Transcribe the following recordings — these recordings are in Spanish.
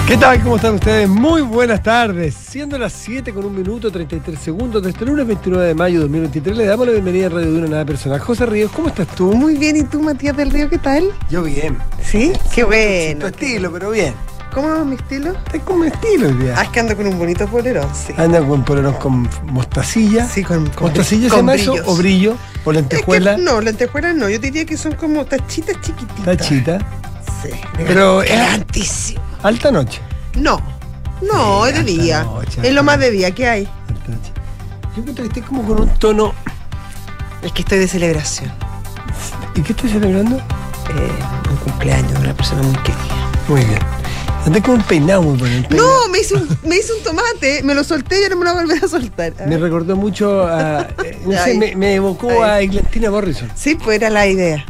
¿Qué tal? ¿Cómo están ustedes? Muy buenas tardes. Siendo las 7 con 1 minuto 33 segundos de este lunes 29 de mayo de 2023, le damos la bienvenida a Radio de una Nada Personal. José Ríos, ¿cómo estás tú? Muy bien, ¿y tú, Matías del Río, qué tal? Yo bien. ¿Sí? Qué bueno. Tu estilo, pero bien. ¿Cómo es mi estilo? Estás con mi estilo hoy día. Ah, es que ando con un bonito polerón, sí. Anda con polerón con mostacilla. Sí, con ¿Mostacilla se llama eso? ¿O brillo? ¿O lentejuela? Es que no, lentejuelas no. Yo diría que son como tachitas chiquititas. Tachita. Sí. Pero es elegantísimo. alta noche. No, Sí, es de alta día. noche, Es lo alta más de día que hay. Alta noche. Yo encuentro que estés como con un tono. Es que estoy de celebración. ¿Y qué estás celebrando? Un cumpleaños de una persona muy querida. Muy bien. Andé con un peinado muy bueno. No, me hice un tomate, me lo solté y ya no me lo volví a soltar. Me recordó mucho a. No sé, Ay. me evocó a Eglantina Morrison. Sí, pues era la idea.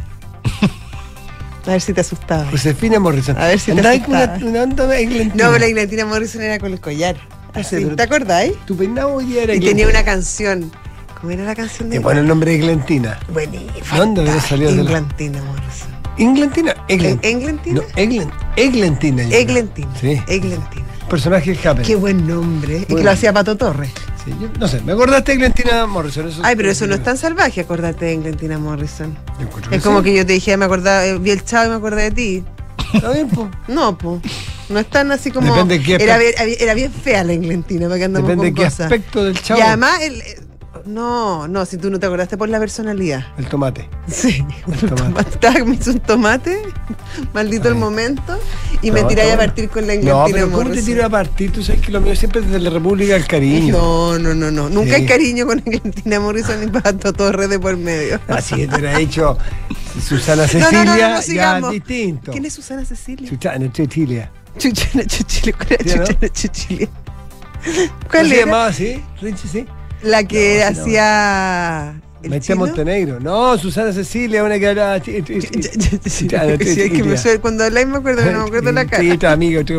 A ver si te asustaba. Josefina Morrison. A ver si te Andaba con asustaba. una onda de Eglantina. No, pero la Ignatina Morrison era con el collar. Así, pero- ¿te acordáis? Tu peinado hoy día era Y Eglantina. tenía una canción. ¿Cómo era la canción de Te pone el nombre de Eglantina. Buenísima. ¿Dónde habrá salido de la- Iglantina Morrison. ¿Eglantina? ¿Eglantina? No, Eglantina. yo creo. Eglantina. Sí. Eglantina. Personaje de Happy. Qué buen nombre. Y que Bueno. lo hacía Pato Torres. Sí, no sé, me acordaste de Eglantina Morrison. Ay, pero eso no es tan salvaje, acordarte de Eglantina Morrison. Yo encuentro Es sí. como que yo te dije, me acordaba, vi el Chavo y me acordé de ti. Está bien, po. No, pues. No es tan así como. Depende de qué Era bien fea la Eglantina, para que andamos Depende de con qué cosas. aspecto del chavo. Y además, no, si tú no te acordaste por la personalidad. El tomate. Sí, El tomate. me hizo un tomate, maldito el momento, y me No, tiráis a está bueno. partir con la No, Eglantina pero ¿cómo te Morrison. tiro a partir? Tú sabes que lo mío siempre es desde la República del Cariño. No. Nunca Sí. hay cariño con Eglantina Morrison ni Pato Torres de por medio. Así te hubiera hecho Susana No, Cecilia, ya sigamos. distinto. ¿Quién es Susana Cecilia? Susana Cecilia. Chuchana Chuchile. ¿Cuál era ¿Sí, no? Chuchana Chuchile? ¿Cómo ¿Cuál se era? llamaba así? Richie, sí. La que No, sí, no. hacía. ¿el Maite chino? Montenegro. No, Susana Cecilia, una que hablaba. Sí, es que me suena, cuando habláis me acuerdo, no me acuerdo la cara. Sí, tu amigo, Yo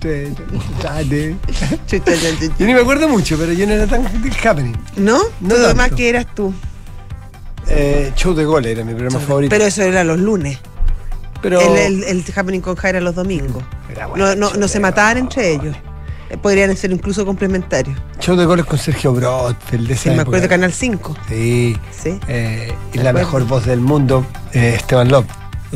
ni me acuerdo mucho, pero yo no era tan happening. ¿No? No Todo lo más tanto. que eras tú. Show de gol era mi programa favorito. Pero eso era los lunes. Pero El Happening con Jaira los domingos. Era bueno, No se mataban entre ellos. Podrían ser incluso complementarios. Show de goles con Sergio Brotfeld de esa Sí, me época. acuerdo de Canal 5. Sí. Sí. Y Me la acuerdo. mejor voz del mundo, Esteban Love.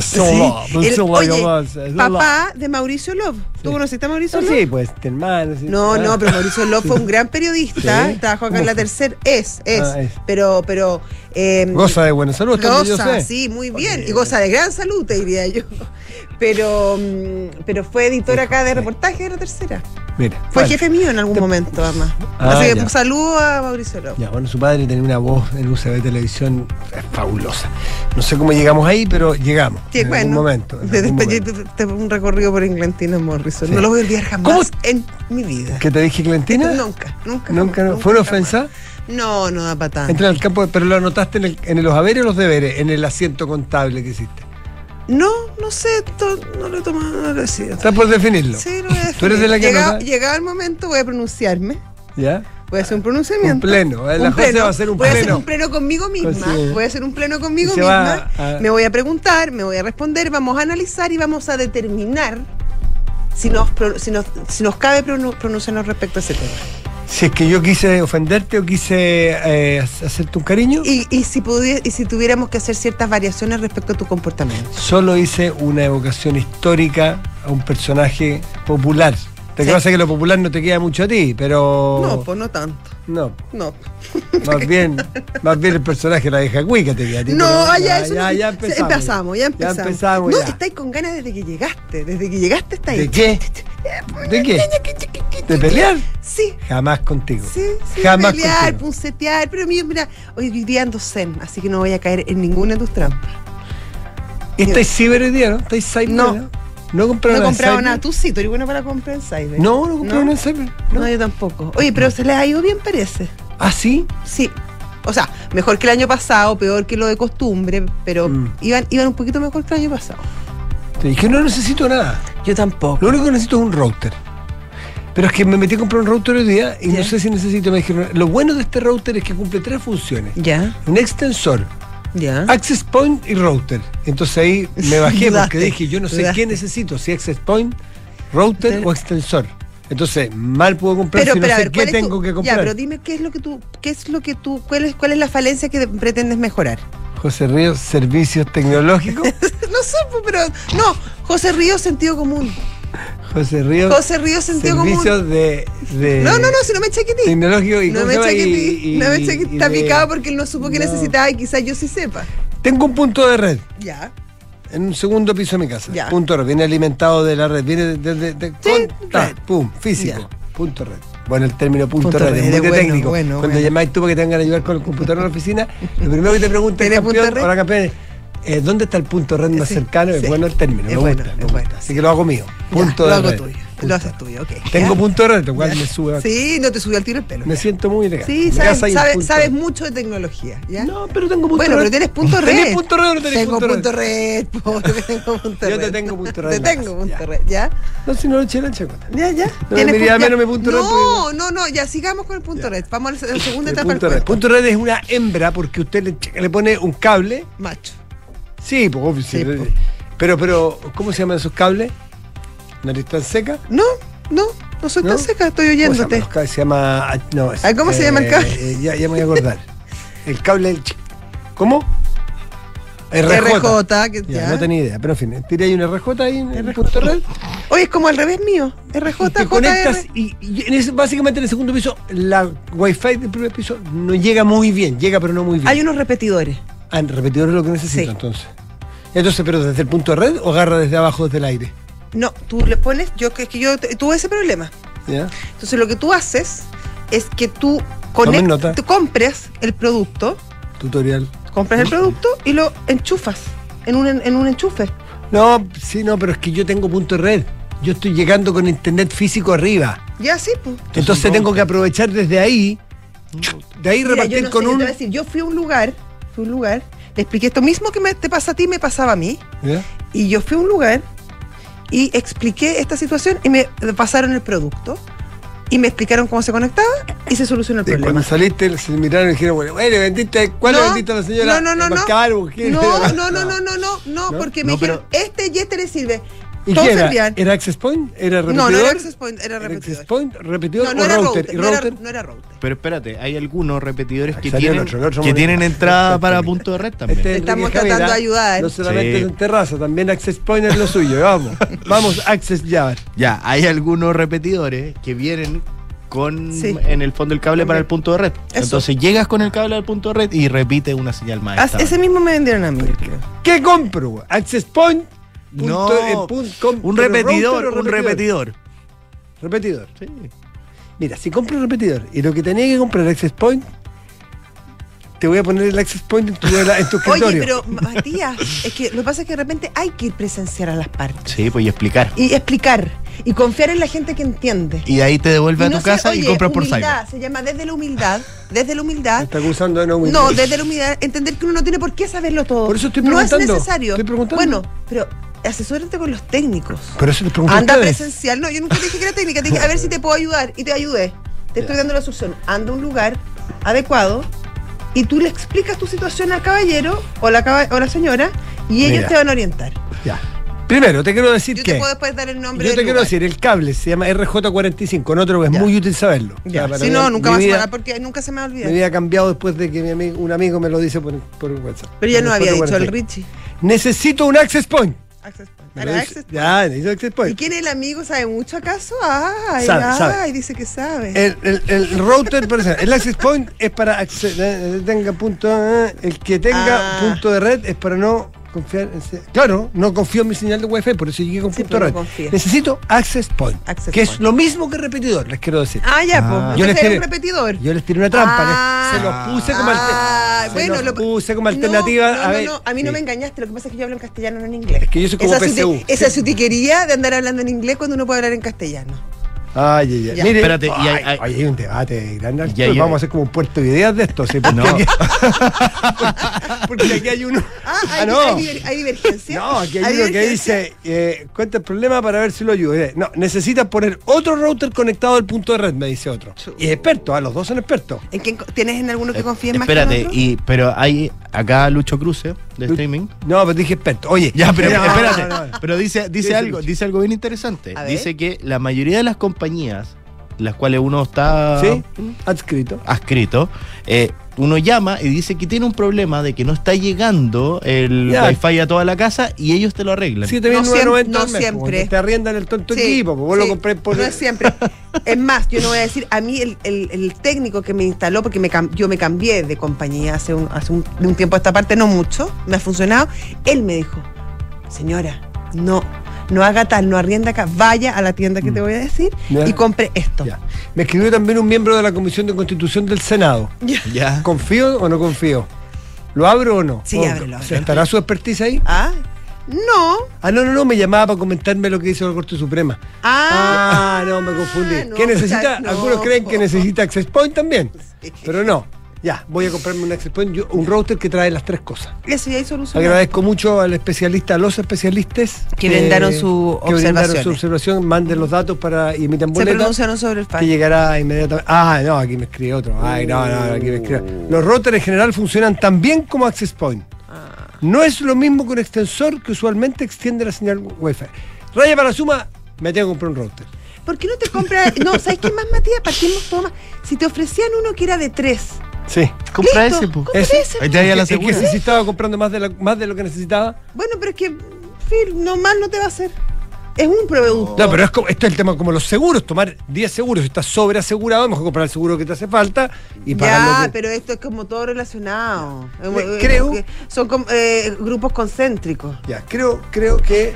Oye, papá de Mauricio Love. ¿Tú Sí. conociste a Mauricio Love? Sí, pues, hermano. Sí. No, Ah. pero Mauricio Love fue un gran periodista. Sí. Trabajó acá ¿Cómo en La fue? Tercera. Es. Ah, es. Pero Goza de buena salud, hasta donde yo goza, sé. sí, muy bien. Oye, Y goza de gran salud, te diría yo. Pero fue editor acá de sí. reportaje de La Tercera. Mira. Fue bueno. jefe mío en algún momento, además. Ah, Así que ya. un saludo a Mauricio Love. Ya, bueno, su padre tenía una voz en UCB Televisión fabulosa. No sé cómo llegamos ahí, pero llegamos. Sí, en algún momento. en algún momento. Un recorrido por Eglantina Morrison. Sí. No lo voy a olvidar jamás ¿Cómo? en mi vida. ¿Qué te dije, Clentina? Nunca. ¿Nunca? ¿Fue una ofensa? No da para tanto. Entra al campo, pero lo anotaste en los haberes o los deberes, en el asiento contable que hiciste. No sé, no lo he tomado, no lo he sido. Está por definirlo. Sí, lo voy a Tú eres de la que llegado, anota. llegado el momento, voy a pronunciarme. ¿Ya? Voy a hacer un pronunciamiento. Un pleno. La José va a hacer un Voy a hacer pleno. un pleno conmigo misma. Sí. Voy a hacer un pleno conmigo Y se misma. va a- Me voy a preguntar, me voy a responder, vamos a analizar y vamos a determinar si nos cabe pronunciarnos respecto a ese tema. Si es que yo quise ofenderte o quise hacerte un cariño, Y si tuviéramos que hacer ciertas variaciones respecto a tu comportamiento. solo hice una evocación histórica a un personaje popular. Lo que Sí. pasa es que lo popular no te queda mucho a ti, pero. No, pues no tanto. No, No. más bien el personaje de la vieja cuica te queda a ti. No, pero ya, eso ya empezamos. Ya empezamos. No, ya. estáis con ganas desde que llegaste. Desde que llegaste está ahí. ¿De qué? ¿De qué? ¿De pelear? Sí. Jamás contigo. Sí, Jamás pelear, contigo. puncetear, pero mira, hoy vivía ando zen, así que no voy a caer en ninguna de tus trampas. ¿Y estáis ciber hoy día, no? ¿Estáis cyber? No. ¿No compraron No he en comprado Cyber? nada, tú sí, tú eres bueno para comprar en Cyber. No compraron en cyber. No, yo tampoco. Oye, pero se les ha ido bien, parece. ¿Ah, sí? Sí. O sea, mejor que el año pasado, peor que lo de costumbre, pero iban un poquito mejor que el año pasado. Y que no necesito nada. Yo tampoco. Lo único que necesito es un router. Pero es que me metí a comprar un router hoy día y Ya. no sé si necesito. Me dijeron, lo bueno de este router es que cumple 3 funciones. Ya, Un extensor, ya. access point y router. Entonces ahí me bajé porque Dudaste, dije, yo no sé dudaste. qué necesito, si access point router o extensor. Entonces, mal puedo comprar si no sé qué tengo que comprar. Ya, pero dime cuál es la falencia que pretendes mejorar. José Ríos, servicios tecnológicos. No sé, pero no, José Ríos, sentido común. José Ríos, sentido servicios común. de No, si no me eché que ti. Tecnológico y no me eché que ti. No me eché que está picado porque él no supo que necesitaba y quizás yo sí sepa. Tengo un punto de red. Ya. En un segundo piso de mi casa. Ya. Punto red. Viene alimentado de la red. Viene red. Pum, físico. Ya. Punto red. Bueno, el término punto red es muy técnico. Cuando llamáis tú para que te vengan a ayudar con el computador en la oficina, lo primero que te pregunta el campeón, ahora campeón, ¿dónde está el punto red más cercano? Es bueno el término, me gusta. Así que lo hago mío. Punto de red. Lo hago tuyo. Lo haces tuyo, ok. Tengo punto de red, lo cual me sube. Sí, no te subió al tiro el pelo. Me siento muy elegante. Sí, sabes mucho de tecnología, ¿ya? No, pero tengo punto de red. Bueno, pero tienes punto red. ¿Tenés punto red o no tenés punto red? Tengo punto red, tengo punto red. Yo te tengo punto red. Te tengo punto red, ¿ya? No, si no lo eché la chacota. Ya. No, ya, sigamos con el punto red. Vamos a la segunda etapa del cuento. Punto red es una hembra porque usted le pone un cable. Macho. Sí, pues, pero, ¿cómo se llaman esos cables? ¿Nariz tan seca? No soy tan seca, estoy oyéndote. Se llama. No, ¿Cómo se llama el cable? Ya me voy a acordar. El cable. ¿Cómo? RJ. Ya, no tenía idea, pero en fin, tiré ahí un RJ ahí en el punto red. Oye, es como al revés mío. RJ, te conectas y básicamente en el segundo piso, la Wi-Fi del primer piso no llega muy bien, pero no muy bien. Hay unos repetidores. Repetidores es lo que necesito, sí. Entonces, ¿pero desde el punto de red o agarra desde abajo, desde el aire? No, tú le pones, yo tuve ese problema. ¿Ya? Entonces lo que tú haces es que tú compras el producto. Tutorial. Compras el producto y lo enchufas en un enchufe. No, pero es que yo tengo punto de red. Yo estoy llegando con internet físico arriba. Ya, sí, pues. Entonces tengo que aprovechar desde ahí. De ahí repartir con un. Yo fui a un lugar, le expliqué esto mismo que te pasa a ti, me pasaba a mí. ¿Ya? Y yo fui a un lugar y expliqué esta situación y me pasaron el producto y me explicaron cómo se conectaba y se solucionó el problema. Cuando saliste, se miraron y dijeron, bueno, ¿le vendiste? ¿Cuál le vendiste a la señora? No, porque me dijeron, este y este le sirve. ¿Y todos qué era? servían. ¿Era Access Point? ¿Era repetidor? No era Access Point, era repetidor. ¿Access Point, repetidor no o era router? No era router. Pero espérate, hay algunos repetidores que otro tienen entrada para punto de red también. Estamos tratando de ayudar. No solamente es en terraza, también Access Point es lo suyo. Vamos, Access Java. Ya, hay algunos repetidores que vienen en el fondo el cable para el punto de red. Eso. Entonces llegas con el cable al punto de red y repite una señal más. Ese mismo me vendieron a mí. ¿Qué compro? ¿Access Point? Un repetidor. Repetidor. Sí. Mira, si compro un repetidor y lo que tenía que comprar Access Point, te voy a poner el Access Point en tu escritorio. Oye, pero Matías, es que lo que pasa es que de repente hay que ir presenciar a las partes. Sí, pues y explicar. Y confiar en la gente que entiende. Y de ahí te devuelve a tu casa y compras por Cyber. Se llama desde la humildad. Desde la humildad. ¿Me está acusando de no humildad? No, desde la humildad. Entender que uno no tiene por qué saberlo todo. Por eso estoy preguntando. No es necesario. Estoy preguntando. Bueno, pero asesórate con los técnicos. Pero eso les pregunto Anda a ustedes. presencial. No, yo nunca te dije que era técnica. Te dije, a ver si te puedo ayudar. Y te ayudé. Te estoy dando la solución. Anda a un lugar adecuado y tú le explicas tu situación al caballero o la señora y ellos te van a orientar. Ya. Primero, te quiero decir yo que. Te puedo después dar el nombre. Yo te quiero decir, el cable se llama RJ45, no otro que es muy útil saberlo. Si no, nunca más se porque nunca se me va a olvidar. Me había cambiado después de que un amigo me lo dice por WhatsApp. Pero ya no había dicho el Richie. Necesito un Access Point. Access Point. Ya, necesito Access Point. ¿Y quién es el amigo? ¿Sabe mucho acaso? Sabe. Dice que sabe. El router, por ejemplo, el Access Point es para tenga punto. El que tenga punto de red es para no confiar claro, no confío en mi señal de Wi-Fi, por eso llegué con punto de red. Necesito Access Point, es lo mismo que repetidor, les quiero decir. Pues yo les tiré un repetidor. Yo les tiré una trampa, se los puse como alternativa. A mí no me engañaste, lo que pasa es que yo hablo en castellano, no en inglés. Es que yo soy como PSU. Esa es su tiquería de andar hablando en inglés cuando uno puede hablar en castellano. Mire, espérate, hay un debate grande. Vamos a hacer como un puerto de ideas de esto. ¿Sí? Porque aquí hay uno. ¿Hay divergencia? No, aquí hay uno que dice: cuenta el problema para ver si lo ayudo. No, necesitas poner otro router conectado al punto de red, me dice otro. Y es experto, los dos son expertos. ¿Tienes en alguno que confíes más que en otro? Espérate, pero hay acá Lucho Cruce, de streaming. No, pero dije experto. Oye, ya, pero espérate. No. Pero dice algo bien interesante. Dice que la mayoría de las compañías, las cuales uno está adscrito, uno llama y dice que tiene un problema de que no está llegando el Wi-Fi a toda la casa y ellos te lo arreglan. Sí, no siempre. Te arriendan el tonto equipo, vos lo compré por... No es siempre. Es más, yo no voy a decir, a mí el técnico que me instaló, porque yo me cambié de compañía hace un tiempo a esta parte, no mucho, me ha funcionado, él me dijo, señora, no haga tal, no arrienda acá, vaya a la tienda que te voy a decir y compre esto. Ya. Me escribió también un miembro de la Comisión de Constitución del Senado. Ya. ¿Confío o no confío? ¿Lo abro o no? Sí, ábrelo. ¿Estará su expertise ahí? No. No, me llamaba para comentarme lo que hizo la Corte Suprema. No, me confundí. ¿Qué necesita? Algunos creen que necesita Access Point también, pero no. Ya, voy a comprarme un Access Point, un router que trae las tres cosas. Eso ya hay solución. Agradezco mucho a los especialistas que brindaron su observación, manden los datos y emitan boletas. Se pronunciaron sobre el fallo. Que llegará inmediatamente. No, aquí me escribe otro. Aquí me escribe. Los routers en general funcionan tan bien como Access Point. No es lo mismo que un extensor que usualmente extiende la señal Wi-Fi. Raya para la suma, me tengo que comprar un router. ¿Por qué no te compras? No, ¿sabes qué más, Matías? Partimos todo más. Si te ofrecían uno que era de 3. Sí. Compra ese, pues. Ahí te la segura. Es que si estaba comprando más de lo que necesitaba. Bueno, pero es que, Phil, no mal no te va a hacer. Es un producto. No, pero esto es el tema como los seguros, tomar 10 seguros, si estás sobreasegurado, mejor comprar el seguro que te hace falta y pagar. Pero esto es como todo relacionado. Creo. Son grupos concéntricos. Ya, creo que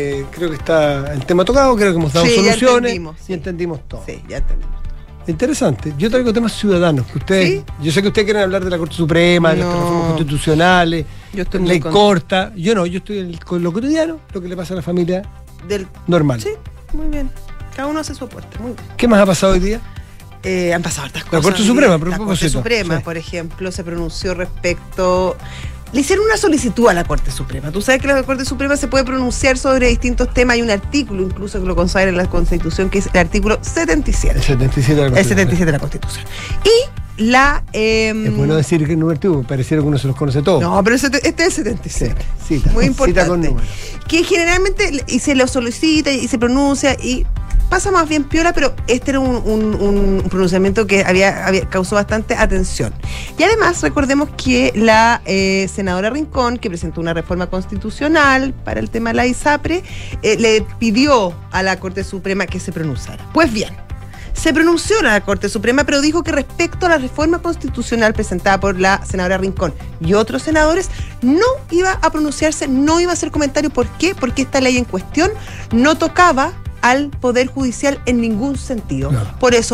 está el tema tocado, creo que hemos dado soluciones y entendimos todo. Sí, ya entendimos. Interesante. Yo traigo temas ciudadanos que ustedes. Yo sé que ustedes quieren hablar de la Corte Suprema, de las reformas constitucionales, ley corta. Yo estoy con lo cotidiano, lo que le pasa a la familia normal. Sí, muy bien. Cada uno hace su aporte. Muy bien. ¿Qué más ha pasado hoy día? Han pasado hartas cosas. La Corte Suprema, La Corte Suprema, por ejemplo, se pronunció respecto. Le hicieron una solicitud a la Corte Suprema. Tú sabes que la Corte Suprema se puede pronunciar sobre distintos temas. Hay un artículo incluso que lo consagra en la Constitución, que es el artículo 77. El 77 de la Constitución. El 77 de la Constitución. Y es bueno decir que en un artículo, pareciera que uno se los conoce todos. No, pero este es el 77. Cita, muy importante. Cita con número. Que generalmente se lo solicita y se pronuncia y pasa más bien piola, pero este era un pronunciamiento que causó bastante atención. Y además recordemos que la senadora Rincón, que presentó una reforma constitucional para el tema de la ISAPRE, le pidió a la Corte Suprema que se pronunciara. Pues bien, se pronunció la Corte Suprema, pero dijo que respecto a la reforma constitucional presentada por la senadora Rincón y otros senadores, no iba a pronunciarse, no iba a hacer comentario. ¿Por qué? Porque esta ley en cuestión no tocaba al Poder Judicial en ningún sentido. Claro. Por eso,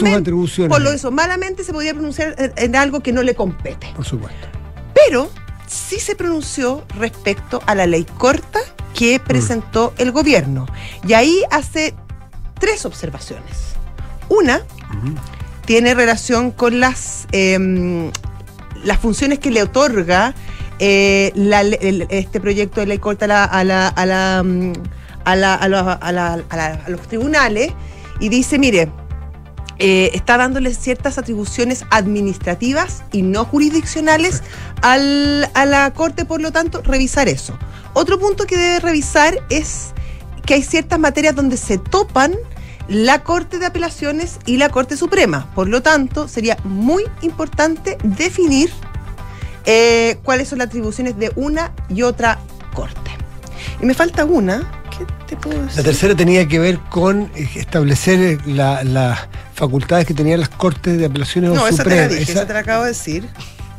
malamente se podía pronunciar en algo que no le compete. Por supuesto. Pero sí se pronunció respecto a la ley corta que presentó el gobierno. Y ahí hace 3 observaciones. Una tiene relación con las funciones que le otorga este proyecto de ley corta a los tribunales, y dice, mire, está dándoles ciertas atribuciones administrativas y no jurisdiccionales a la Corte, por lo tanto, revisar eso. Otro punto que debe revisar es que hay ciertas materias donde se topan la Corte de Apelaciones y la Corte Suprema. Por lo tanto, sería muy importante definir cuáles son las atribuciones de una y otra Corte. Y me falta una. ¿Qué te puedo decir? La tercera tenía que ver con establecer las facultades que tenían las Cortes de Apelaciones o Suprema. No, esa te la dije, esa te la acabo de decir.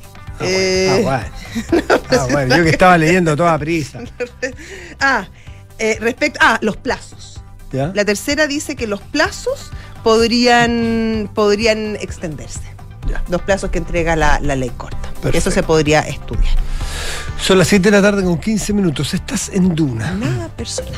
Bueno, yo que estaba leyendo a toda prisa. Respecto a los plazos. ¿Ya? La tercera dice que los plazos podrían extenderse. Ya. Los plazos que entrega la ley corta. Perfecto. Eso se podría estudiar. Son las 7 de la tarde con 15 minutos. Estás en Duna. Nada personal.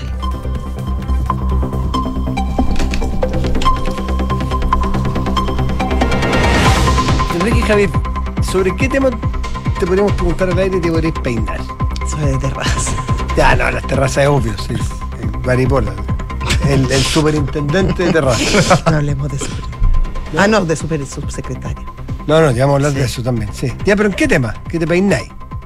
Enrique y Javier, ¿sobre qué tema te podríamos preguntar al aire y te podrías peinar? Sobre terrazas. Ya, no, las terrazas es obvio, sí. Maripola. El superintendente de terrazas. No hablemos de subsecretario. No, ya vamos a hablar de eso también, sí. Ya, pero ¿en qué tema? ¿Qué te peináis?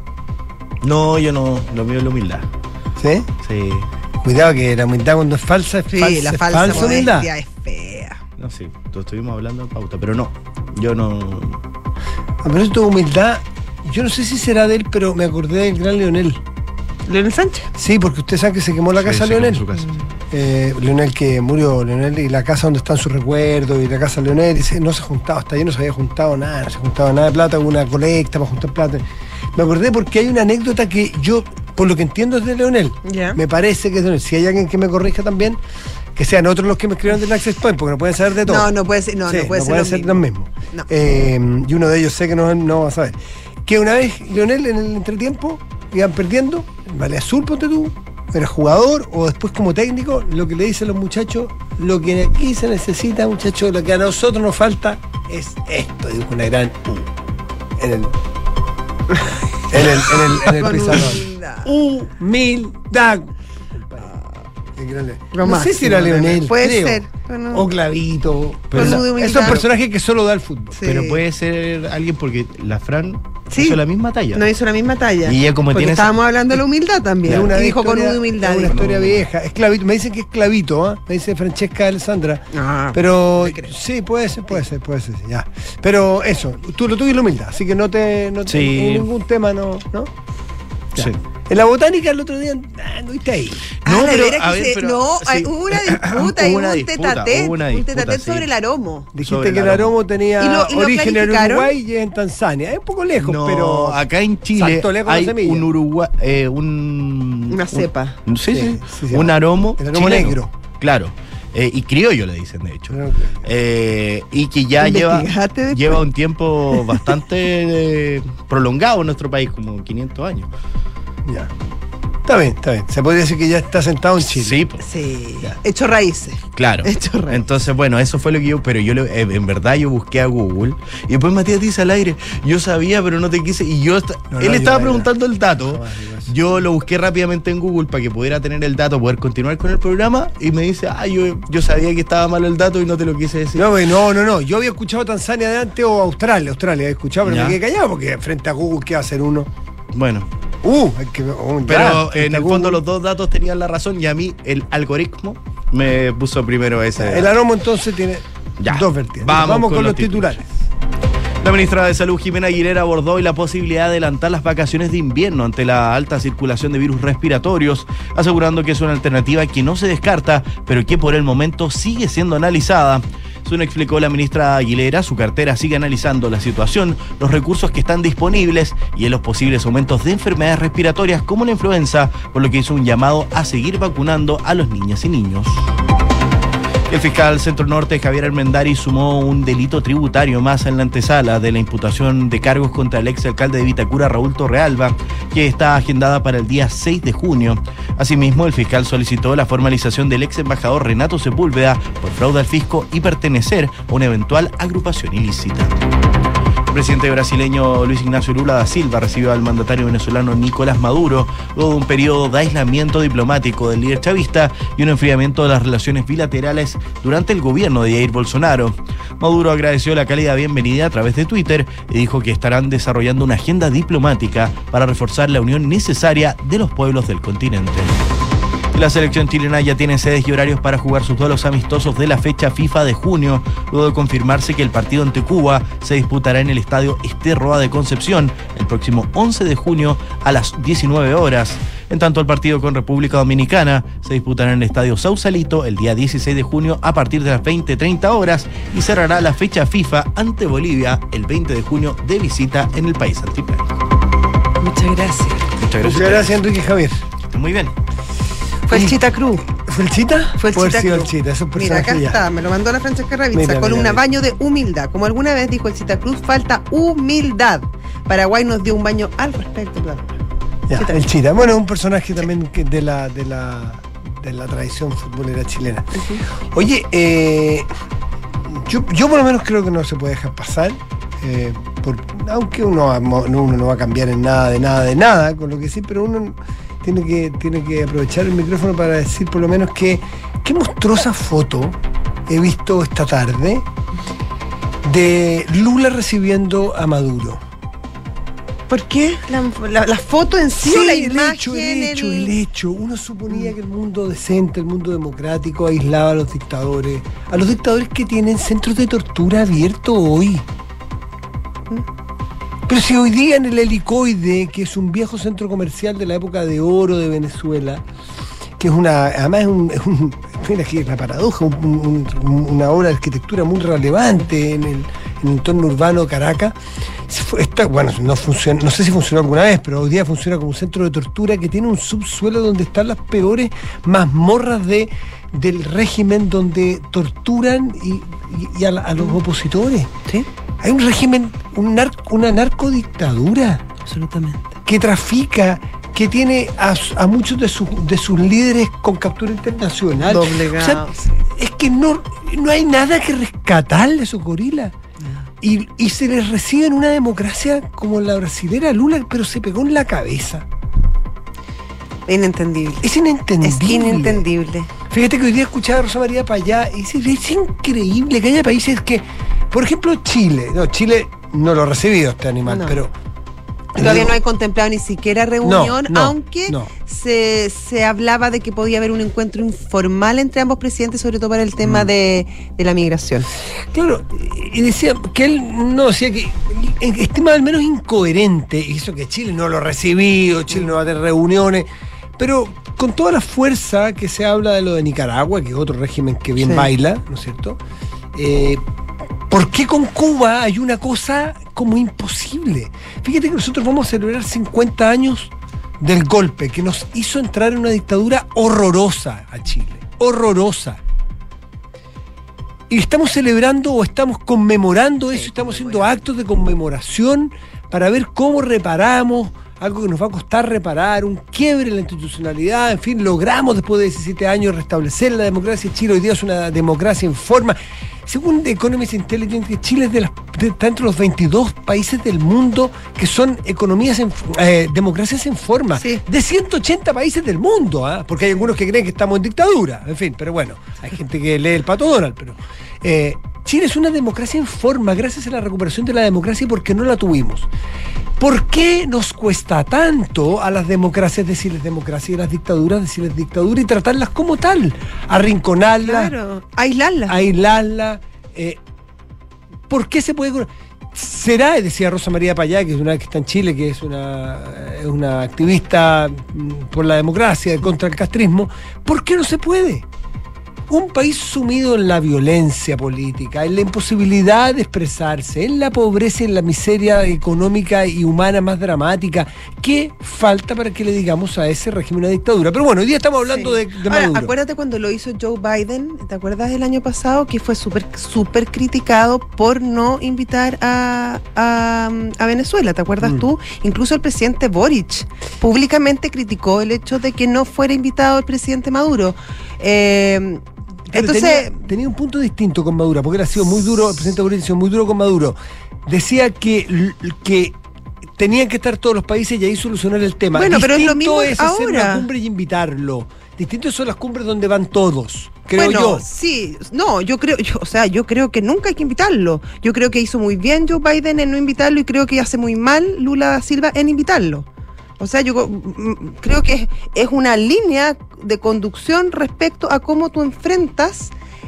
No, yo no, lo mío es la humildad. ¿Sí? Sí. Cuidado que la humildad cuando es falsa es falsa. Sí, la falsa humildad es fea. No, sí, estuvimos hablando de pauta, pero no, yo no... Pero eso tu humildad, yo no sé si será de él, pero me acordé del gran Leonel. ¿Leonel Sánchez? Sí, porque usted sabe que se quemó la casa de Leonel. Leonel que murió, Leonel, y la casa donde están sus recuerdos, y la casa de Leonel, y no se juntaba, hasta ahí no se había juntado nada, no se juntaba nada de plata, hubo una colecta para juntar plata. Me acordé porque hay una anécdota que yo, por lo que entiendo, es de Leonel. Yeah. Me parece que es de Leonel. Si hay alguien que me corrija también, que sean otros los que me escribieron del Access Point, porque no pueden saber de todo. No puede ser, no puede ser los mismos. No. Y uno de ellos sé que no va a saber. Que una vez Leonel en el entretiempo iban perdiendo, Vale Azul, ponte tú, era jugador o después como técnico, lo que le dicen los muchachos, lo que aquí se necesita, muchachos, lo que a nosotros nos falta es esto, dijo una gran U en el pizarrón. Humildad. No sé si era Leonel, puede ser. O Clavito. Pero esos personajes que solo da el fútbol. Sí. Pero puede ser alguien porque la Fran hizo la misma talla. No hizo la misma talla. Y ella como porque estábamos hablando de la humildad también. Una dijo historia, con humildad. Es una historia vieja. Es Clavito. Me dicen que es Clavito, ¿eh? Me dice Francesca Alessandra. Pero sí, puede ser, sí, ya. Pero eso, tú lo tuviste la humildad, así que no en ningún tema, ¿no? Ya. Sí. En la botánica el otro día anduviste ahí. No, pero hubo una disputa, hubo un tete sobre el aromo. Dijiste que el aromo tenía origen en Uruguay y en Tanzania. Es un poco lejos, pero acá en Chile hay un Uruguay, una cepa. Sí, un aromo. El aromo negro. Claro. Y criollo le dicen, de hecho. Y que ya lleva un tiempo bastante prolongado en nuestro país, como 500 años. Ya. Está bien. Se podría decir que ya está sentado en Chile. Sí. Hecho raíces. Claro. Entonces, bueno, eso fue lo que pero en verdad yo busqué a Google y después Matías dice al aire, yo sabía, pero no te quise, y él estaba preguntando el dato. Yo lo busqué rápidamente en Google para que pudiera tener el dato, poder continuar con el programa, y me dice, yo sabía que estaba malo el dato y no te lo quise decir. No. Yo había escuchado Tanzania de antes o Australia había escuchado, pero me quedé callado porque frente a Google, ¿qué va a hacer uno? Bueno. Pero en el fondo los dos datos tenían la razón y a mí el algoritmo me puso primero ese. El aromo entonces tiene dos vertientes. Vamos con los titulares. La ministra de Salud, Jimena Aguilera, abordó hoy la posibilidad de adelantar las vacaciones de invierno ante la alta circulación de virus respiratorios, asegurando que es una alternativa que no se descarta, pero que por el momento sigue siendo analizada. Según explicó la ministra Aguilera, su cartera sigue analizando la situación, los recursos que están disponibles y en los posibles aumentos de enfermedades respiratorias como la influenza, por lo que hizo un llamado a seguir vacunando a los niñas y niños. El fiscal Centro Norte, Javier Armendari, sumó un delito tributario más en la antesala de la imputación de cargos contra el exalcalde de Vitacura, Raúl Torrealba, que está agendada para el día 6 de junio. Asimismo, el fiscal solicitó la formalización del ex embajador Renato Sepúlveda por fraude al fisco y pertenecer a una eventual agrupación ilícita. El presidente brasileño Luis Ignacio Lula da Silva recibió al mandatario venezolano Nicolás Maduro luego de un periodo de aislamiento diplomático del líder chavista y un enfriamiento de las relaciones bilaterales durante el gobierno de Jair Bolsonaro. Maduro agradeció la cálida bienvenida a través de Twitter y dijo que estarán desarrollando una agenda diplomática para reforzar la unión necesaria de los pueblos del continente. La selección chilena ya tiene sedes y horarios para jugar sus duelos amistosos de la fecha FIFA de junio, luego de confirmarse que el partido ante Cuba se disputará en el estadio Ester Roa de Concepción el próximo 11 de junio a las 19 horas. En tanto, el partido con República Dominicana se disputará en el estadio Sausalito el día 16 de junio a partir de las 20:30 horas y cerrará la fecha FIFA ante Bolivia el 20 de junio de visita en el país altiplano. Muchas gracias. Muchas gracias, Enrique Javier. Muy bien. Fue el Chita Cruz. ¿Fue el Chita? Fue el Chita Cruz. El Chita, eso mira, acá está, me lo mandó la Francesca Ravizza, columna baño de humildad. Como alguna vez dijo el Chita Cruz, falta humildad. Paraguay nos dio un baño al respecto. Ya, el Chita. Bueno, un personaje también de la tradición futbolera chilena. Uh-huh. Oye, yo por lo menos creo que no se puede dejar pasar. Aunque uno no va a cambiar en nada de nada, con lo que sí, pero uno tiene que aprovechar el micrófono para decir por lo menos que qué monstruosa foto he visto esta tarde de Lula recibiendo a Maduro. ¿Por qué? La foto en sí, la imagen. El hecho. Uno suponía que el mundo decente, el mundo democrático, aislaba a los dictadores. A los dictadores que tienen centros de tortura abiertos hoy. Pero si hoy día en el Helicoide, que es un viejo centro comercial de la época de oro de Venezuela, que es además mira que es la paradoja, una obra de arquitectura muy relevante en el entorno urbano de Caracas. No sé si funcionó alguna vez, pero hoy día funciona como un centro de tortura que tiene un subsuelo donde están las peores mazmorras del régimen, donde torturan y a los opositores. ¿Sí? Hay un régimen, una narcodictadura. Absolutamente. Que trafica, que tiene a muchos de sus líderes con captura internacional. Doblegados. O sea, es que no hay nada que rescatarle a esos gorilas. Y se les recibe en una democracia como la brasilera Lula, pero se pegó en la cabeza. Inentendible. Es inentendible. Es inentendible. Fíjate que hoy día escuchaba a Rosa María Payá y dice, es increíble que haya países que, por ejemplo, Chile no lo ha recibido este animal, pero todavía no hay contemplado ni siquiera reunión, aunque se hablaba de que podía haber un encuentro informal entre ambos presidentes, sobre todo para el tema de la migración. Claro, y decía que él decía que estima al menos incoherente, y eso que Chile no lo ha recibido, Chile no va a tener reuniones, pero con toda la fuerza que se habla de lo de Nicaragua, que es otro régimen que bien baila, ¿no es cierto? ¿Por qué con Cuba hay una cosa como imposible? Fíjate que nosotros vamos a celebrar 50 años del golpe que nos hizo entrar en una dictadura horrorosa a Chile. Horrorosa. Y estamos celebrando o estamos conmemorando eso, estamos haciendo actos de conmemoración para ver cómo reparamos algo que nos va a costar reparar, un quiebre en la institucionalidad, en fin, logramos después de 17 años restablecer la democracia. Chile hoy día es una democracia en forma. Según The Economist Intelligence, Chile está entre los 22 países del mundo que son democracias en forma. Sí. De 180 países del mundo, porque hay algunos que creen que estamos en dictadura. En fin, pero bueno, hay gente que lee el Pato Donald, pero Chile es una democracia en forma gracias a la recuperación de la democracia porque no la tuvimos. ¿Por qué nos cuesta tanto a las democracias decirles democracia y a las dictaduras decirles dictadura y tratarlas como tal? Arrinconarlas. Claro, aislarlas. ¿Por qué se puede...? Será, decía Rosa María Payá, que es una que está en Chile, que es una activista por la democracia, contra el castrismo. ¿Por qué no se puede? Un país sumido en la violencia política, en la imposibilidad de expresarse, en la pobreza y en la miseria económica y humana más dramática. ¿Qué falta para que le digamos a ese régimen una dictadura? Pero bueno, hoy día estamos hablando de Maduro. Ahora, acuérdate cuando lo hizo Joe Biden, ¿te acuerdas del año pasado? Que fue súper criticado por no invitar a Venezuela, ¿te acuerdas tú? Incluso el presidente Boric públicamente criticó el hecho de que no fuera invitado el presidente Maduro. Entonces tenía un punto distinto con Maduro, porque él ha sido muy duro, el presidente Boric ha sido muy duro con Maduro. Decía que tenían que estar todos los países y ahí solucionar el tema. Bueno, pero es lo mismo es ahora. Hacer una cumbre y invitarlo. Distintos son las cumbres donde van todos, creo yo. Sí, no, yo creo que nunca hay que invitarlo. Yo creo que hizo muy bien Joe Biden en no invitarlo y creo que hace muy mal Lula da Silva en invitarlo. O sea, yo creo que es una línea de conducción respecto a cómo tú enfrentas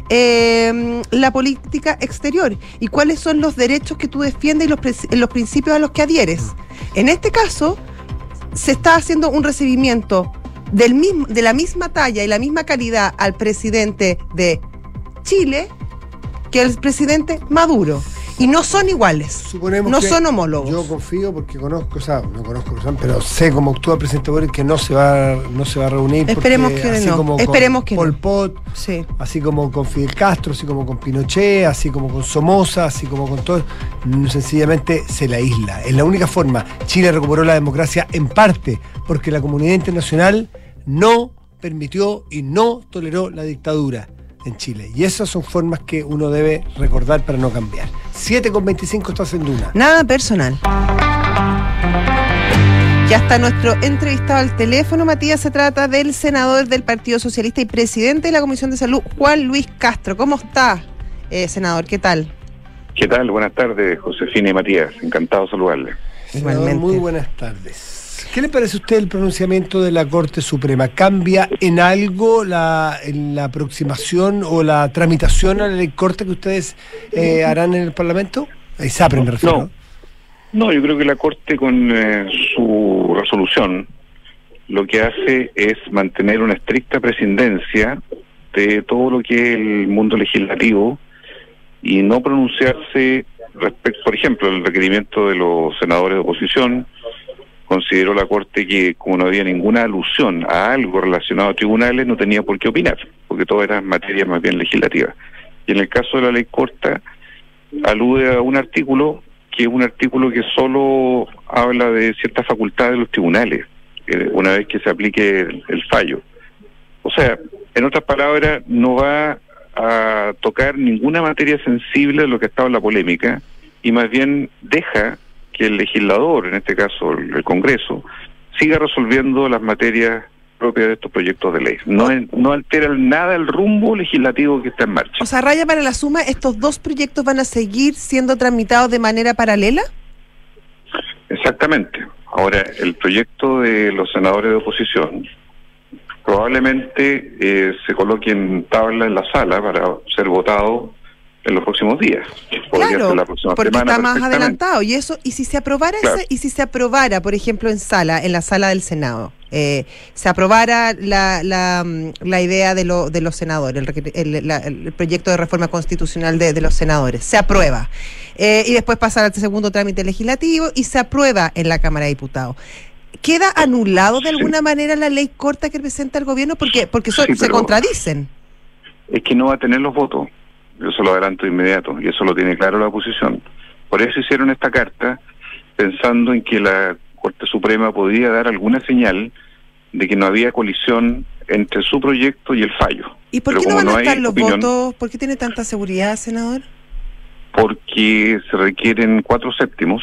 la política exterior y cuáles son los derechos que tú defiendes y los principios a los que adhieres. En este caso, se está haciendo un recibimiento de la misma talla y la misma calidad al presidente de Chile que al presidente Maduro. Y no son iguales, no son homólogos. Yo confío porque conozco, no conozco, pero sé cómo actúa el presidente Boric, que no se va a reunir. Esperemos que Pol Pot, así como con Fidel Castro, así como con Pinochet, así como con Somoza, así como con todo, sencillamente se la aísla. Es la única forma. Chile recuperó la democracia en parte porque la comunidad internacional no permitió y no toleró la dictadura en Chile. Y esas son formas que uno debe recordar para no cambiar. 7:25 estás en Duna. Nada personal. Ya está nuestro entrevistado al teléfono, Matías. Se trata del senador del Partido Socialista y presidente de la Comisión de Salud, Juan Luis Castro. ¿Cómo está, senador? ¿Qué tal? ¿Qué tal? Buenas tardes, Josefina y Matías. Encantado de saludarles. Senador, muy buenas tardes. ¿Qué le parece a usted el pronunciamiento de la Corte Suprema? ¿Cambia en algo en la aproximación o la tramitación a la ley corta que ustedes harán en el Parlamento? A ISAPRE me refiero. No, yo creo que la Corte con su resolución lo que hace es mantener una estricta prescindencia de todo lo que es el mundo legislativo y no pronunciarse respecto, por ejemplo, el requerimiento de los senadores de oposición. Consideró la Corte que como no había ninguna alusión a algo relacionado a tribunales, no tenía por qué opinar, porque todo era materia más bien legislativa. Y en el caso de la ley corta, alude a un artículo que es un artículo que solo habla de ciertas facultades de los tribunales, una vez que se aplique el fallo. O sea, en otras palabras, no va a tocar ninguna materia sensible de lo que estaba en la polémica, y más bien deja que el legislador, en este caso el Congreso, siga resolviendo las materias propias de estos proyectos de ley. No altera nada el rumbo legislativo que está en marcha. O sea, raya para la suma, ¿estos dos proyectos van a seguir siendo tramitados de manera paralela? Exactamente. Ahora, el proyecto de los senadores de oposición probablemente se coloque en tabla en la sala para ser votado en los próximos días. Claro, la próxima porque semana, está más adelantado. Y eso, y si se aprobara por ejemplo, en la sala del Senado, se aprobara la idea de los senadores, el proyecto de reforma constitucional de los senadores, se aprueba. Y después pasa al segundo trámite legislativo y se aprueba en la Cámara de Diputados. ¿Queda anulado de alguna manera la ley corta que presenta el gobierno? Porque se contradicen. Es que no va a tener los votos. Yo se lo adelanto de inmediato, y eso lo tiene claro la oposición. Por eso hicieron esta carta, pensando en que la Corte Suprema podría dar alguna señal de que no había colisión entre su proyecto y el fallo. ¿Y por qué no van a estar los votos? ¿Por qué tiene tanta seguridad, senador? Porque se requieren 4/7.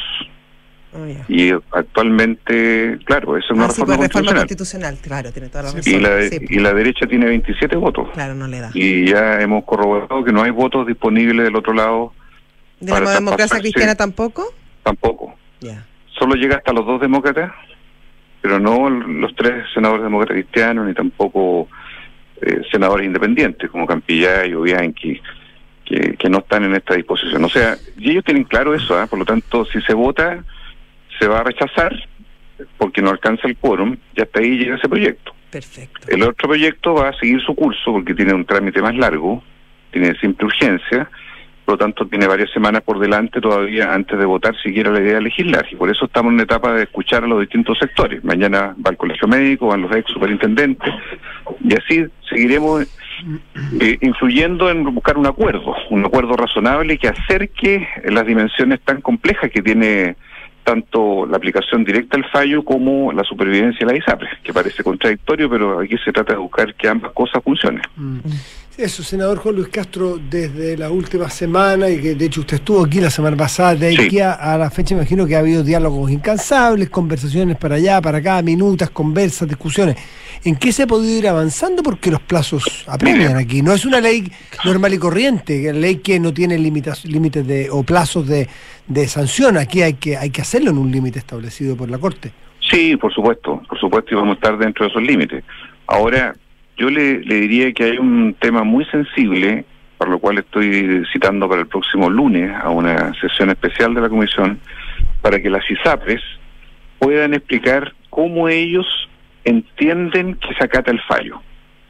Y actualmente, claro, eso es una reforma constitucional. Claro, tiene toda la razón. Y la derecha tiene 27 votos. Claro, no le da. Y ya hemos corroborado que no hay votos disponibles del otro lado. ¿De la democracia cristiana tampoco? Tampoco. Solo llega hasta los 2 demócratas, pero no los 3 senadores demócratas cristianos, ni tampoco senadores independientes como Campillay o Bianchi, que no están en esta disposición. O sea, y ellos tienen claro eso, por lo tanto, si se vota, se va a rechazar porque no alcanza el quórum, y hasta ahí llega ese proyecto. Perfecto. El otro proyecto va a seguir su curso porque tiene un trámite más largo, tiene simple urgencia, por lo tanto tiene varias semanas por delante todavía antes de votar siquiera la idea de legislar, y por eso estamos en una etapa de escuchar a los distintos sectores. Mañana va el colegio médico, van los ex superintendentes, y así seguiremos influyendo en buscar un acuerdo razonable que acerque las dimensiones tan complejas que tiene tanto la aplicación directa al fallo como la supervivencia de la ISAPRE, que parece contradictorio, pero aquí se trata de buscar que ambas cosas funcionen. Eso, senador Juan Luis Castro, desde la última semana, y que de hecho usted estuvo aquí la semana pasada, de aquí a la fecha imagino que ha habido diálogos incansables, conversaciones para allá, para acá, minutas, conversas, discusiones. ¿En qué se ha podido ir avanzando? Porque los plazos apremian aquí. No es una ley normal y corriente, una ley que no tiene límites o plazos de sanción. Aquí hay que hacerlo en un límite establecido por la Corte. Sí, por supuesto, y vamos a estar dentro de esos límites. Ahora, yo le diría que hay un tema muy sensible, por lo cual estoy citando para el próximo lunes a una sesión especial de la Comisión, para que las ISAPRES puedan explicar cómo ellos entienden que se acata el fallo.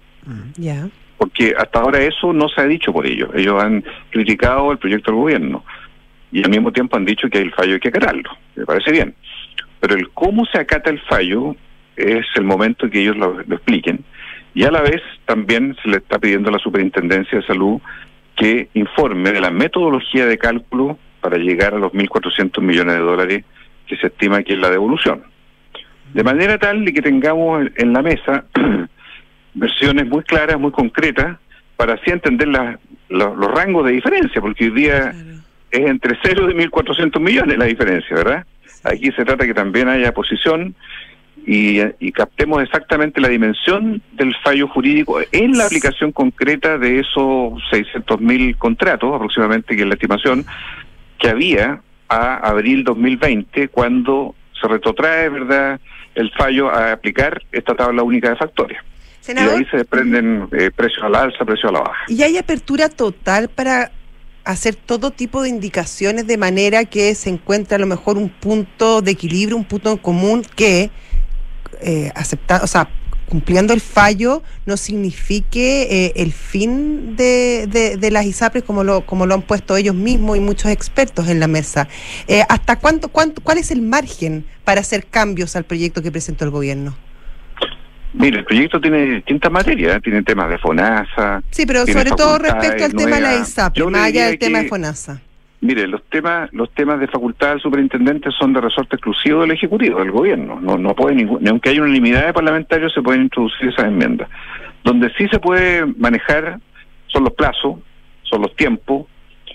Porque hasta ahora eso no se ha dicho por ellos. Ellos han criticado el proyecto del gobierno y al mismo tiempo han dicho que el fallo hay que acatarlo. Me parece bien. Pero el cómo se acata el fallo es el momento en que ellos lo expliquen. Y a la vez también se le está pidiendo a la Superintendencia de Salud que informe de la metodología de cálculo para llegar a los 1.400 millones de dólares que se estima que es la devolución. De manera tal de que tengamos en la mesa versiones muy claras, muy concretas, para así entender los rangos de diferencia, porque hoy día es entre 0 y 1.400 millones la diferencia, ¿verdad? Aquí se trata que también haya posición y captemos exactamente la dimensión del fallo jurídico en la aplicación concreta de esos 600.000 contratos, aproximadamente, que es la estimación que había a abril 2020, cuando se retrotrae, ¿verdad?, el fallo a aplicar esta tabla única de factores. Senador, y de ahí se desprenden precios a la alza, precios a la baja. ¿Y hay apertura total para hacer todo tipo de indicaciones de manera que se encuentre a lo mejor un punto de equilibrio, un punto en común que cumpliendo el fallo no signifique el fin de las ISAPRES como lo han puesto ellos mismos y muchos expertos en la mesa? ¿Hasta cuál es el margen para hacer cambios al proyecto que presentó el gobierno? Mire, el proyecto tiene distintas materias, tiene temas de FONASA. Sí, pero sobre todo respecto al tema de la ISAPRES, más allá del tema de FONASA. Mire, los temas de facultad del superintendente son de resorte exclusivo del Ejecutivo, del Gobierno. No puede ni aunque haya unanimidad de parlamentarios, se pueden introducir esas enmiendas. Donde sí se puede manejar son los plazos, son los tiempos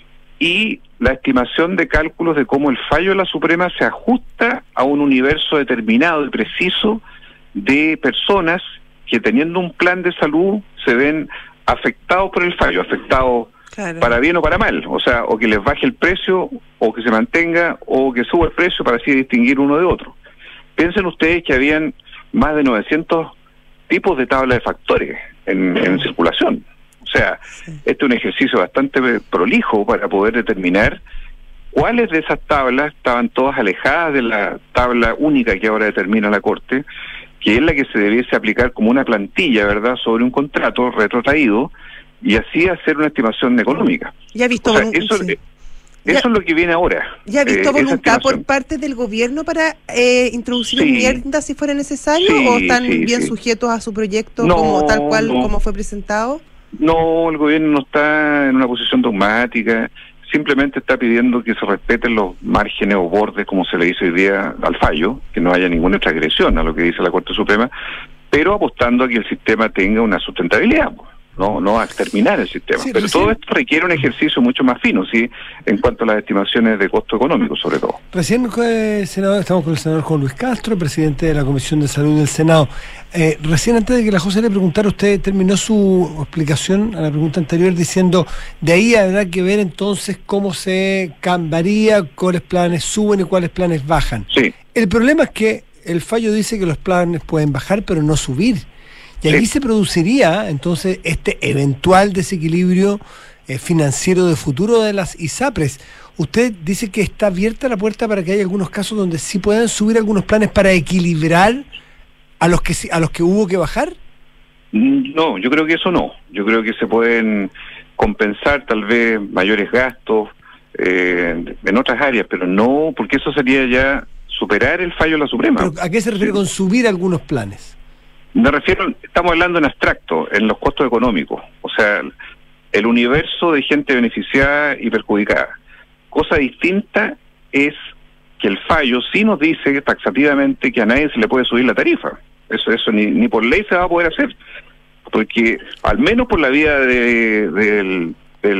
y la estimación de cálculos de cómo el fallo de la Suprema se ajusta a un universo determinado y preciso de personas que, teniendo un plan de salud, se ven afectados por el fallo, afectados para bien o para mal, o sea, o que les baje el precio, o que se mantenga, o que suba el precio, para así distinguir uno de otro. Piensen ustedes que habían más de 900 tipos de tabla de factores en circulación. O sea, este es un ejercicio bastante prolijo para poder determinar cuáles de esas tablas estaban todas alejadas de la tabla única que ahora determina la Corte, que es la que se debiese aplicar como una plantilla, ¿verdad?, sobre un contrato retrotraído, y así hacer una estimación económica. ¿Ya ha visto eso es lo que viene ahora. ¿Ya ha visto voluntad por parte del gobierno para introducir enmiendas si fuera necesario, o están bien sujetos a su proyecto como fue presentado? No, el gobierno no está en una posición dogmática, simplemente está pidiendo que se respeten los márgenes o bordes, como se le dice hoy día al fallo, que no haya ninguna transgresión a lo que dice la Corte Suprema, pero apostando a que el sistema tenga una sustentabilidad. No a exterminar el sistema. Sí, pero todo esto requiere un ejercicio mucho más fino, ¿sí?, en cuanto a las estimaciones de costo económico, sobre todo. Recién, senador, estamos con el senador Juan Luis Castro, presidente de la Comisión de Salud del Senado. Recién, antes de que la José le preguntara, usted terminó su explicación a la pregunta anterior diciendo, de ahí habrá que ver entonces cómo se cambiaría, cuáles planes suben y cuáles planes bajan. Sí. El problema es que el fallo dice que los planes pueden bajar, pero no subir. Y aquí se produciría entonces este eventual desequilibrio financiero de futuro de las ISAPRES. ¿Usted dice que está abierta la puerta para que haya algunos casos donde sí puedan subir algunos planes para equilibrar a los que hubo que bajar? No, yo creo que eso no. Yo creo que se pueden compensar tal vez mayores gastos en otras áreas, pero no, porque eso sería ya superar el fallo de la Suprema. ¿Pero a qué se refiere con subir algunos planes? Me refiero, estamos hablando en abstracto, en los costos económicos, o sea, el universo de gente beneficiada y perjudicada. Cosa distinta es que el fallo sí nos dice taxativamente que a nadie se le puede subir la tarifa. Eso ni por ley se va a poder hacer, porque al menos por la vía de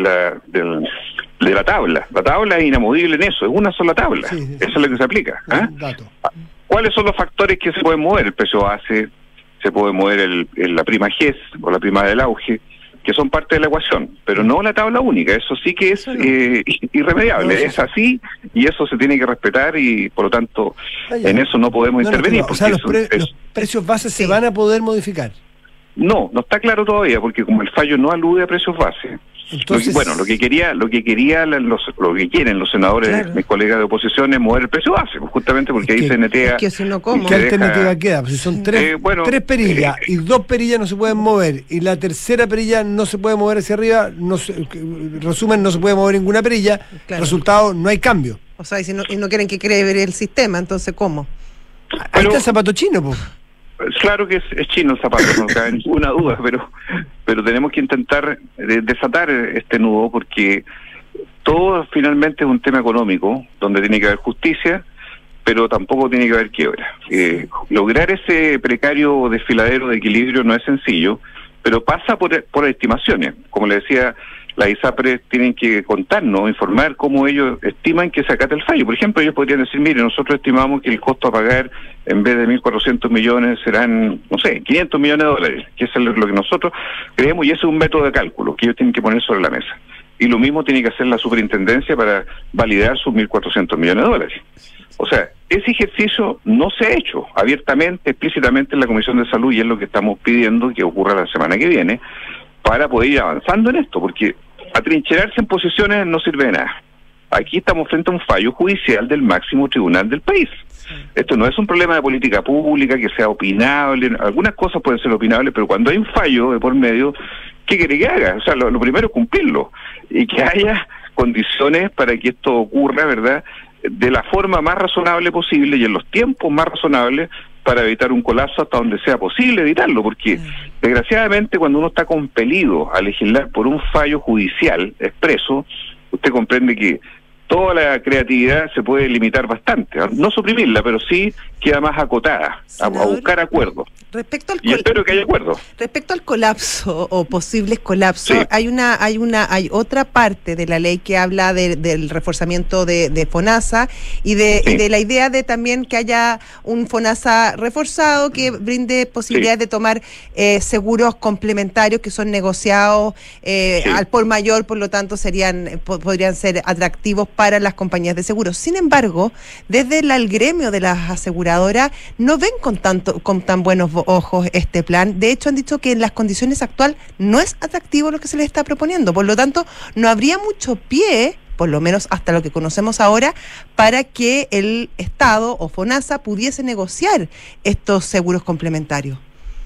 la tabla. La tabla es inamovible en eso, es una sola tabla. Sí. Eso es lo que se aplica. ¿Cuáles son los factores que se pueden mover? El precio base, se puede mover la prima GES o la prima del auge, que son parte de la ecuación, pero no la tabla única. Eso sí que es irremediable, es así, y eso se tiene que respetar, y por lo tanto en eso no podemos intervenir. O sea, los precios bases se van a poder modificar. No está claro todavía, porque como el fallo no alude a precios base. Entonces, lo que quieren los senadores, claro, mis colegas de oposición, es mover el precio base, justamente porque ahí se netea. ¿Qué alternativa queda? Pues si son tres perillas y 2 perillas no se pueden mover, y la tercera perilla no se puede mover hacia arriba, no se puede mover ninguna perilla, claro. Resultado, no hay cambio. O sea, y no quieren que cree el sistema, entonces ¿cómo? Ahí está el zapato chino, pues. Claro que es chino el zapato, no cabe ninguna duda, pero tenemos que intentar desatar este nudo, porque todo finalmente es un tema económico, donde tiene que haber justicia, pero tampoco tiene que haber quiebra. Lograr ese precario desfiladero de equilibrio no es sencillo, pero pasa por estimaciones. Como le decía, las ISAPRES tienen que contarnos, informar cómo ellos estiman que se acate el fallo. Por ejemplo, ellos podrían decir, mire, nosotros estimamos que el costo a pagar, en vez de 1.400 millones, serán, 500 millones de dólares, que es lo que nosotros creemos, y ese es un método de cálculo que ellos tienen que poner sobre la mesa. y lo mismo tiene que hacer la superintendencia para validar sus 1.400 millones de dólares. O sea, ese ejercicio no se ha hecho abiertamente, explícitamente en la Comisión de Salud, y es lo que estamos pidiendo que ocurra la semana que viene para poder ir avanzando en esto, porque atrincherarse en posiciones no sirve de nada. Aquí estamos frente a un fallo judicial del máximo tribunal del país. Esto no es un problema de política pública que sea opinable, algunas cosas pueden ser opinables, pero cuando hay un fallo de por medio, ¿qué quiere que haga? O sea, lo primero es cumplirlo y que haya condiciones para que esto ocurra, ¿verdad?, de la forma más razonable posible y en los tiempos más razonables para evitar un colapso hasta donde sea posible evitarlo, porque desgraciadamente cuando uno está compelido a legislar por un fallo judicial expreso, usted comprende que toda la creatividad se puede limitar bastante, no suprimirla, pero sí queda más acotada, a buscar acuerdos. Y espero que haya acuerdos. Respecto al colapso o posibles colapsos, hay otra parte de la ley que habla del reforzamiento de FONASA y de la idea de también que haya un FONASA reforzado que brinde posibilidades de tomar seguros complementarios que son negociados al por mayor, por lo tanto podrían ser atractivos para las compañías de seguros. Sin embargo, desde el gremio de las aseguradoras no ven con tan buenos ojos este plan. De hecho, han dicho que en las condiciones actuales no es atractivo lo que se les está proponiendo. Por lo tanto, no habría mucho pie, por lo menos hasta lo que conocemos ahora, para que el Estado o FONASA pudiese negociar estos seguros complementarios.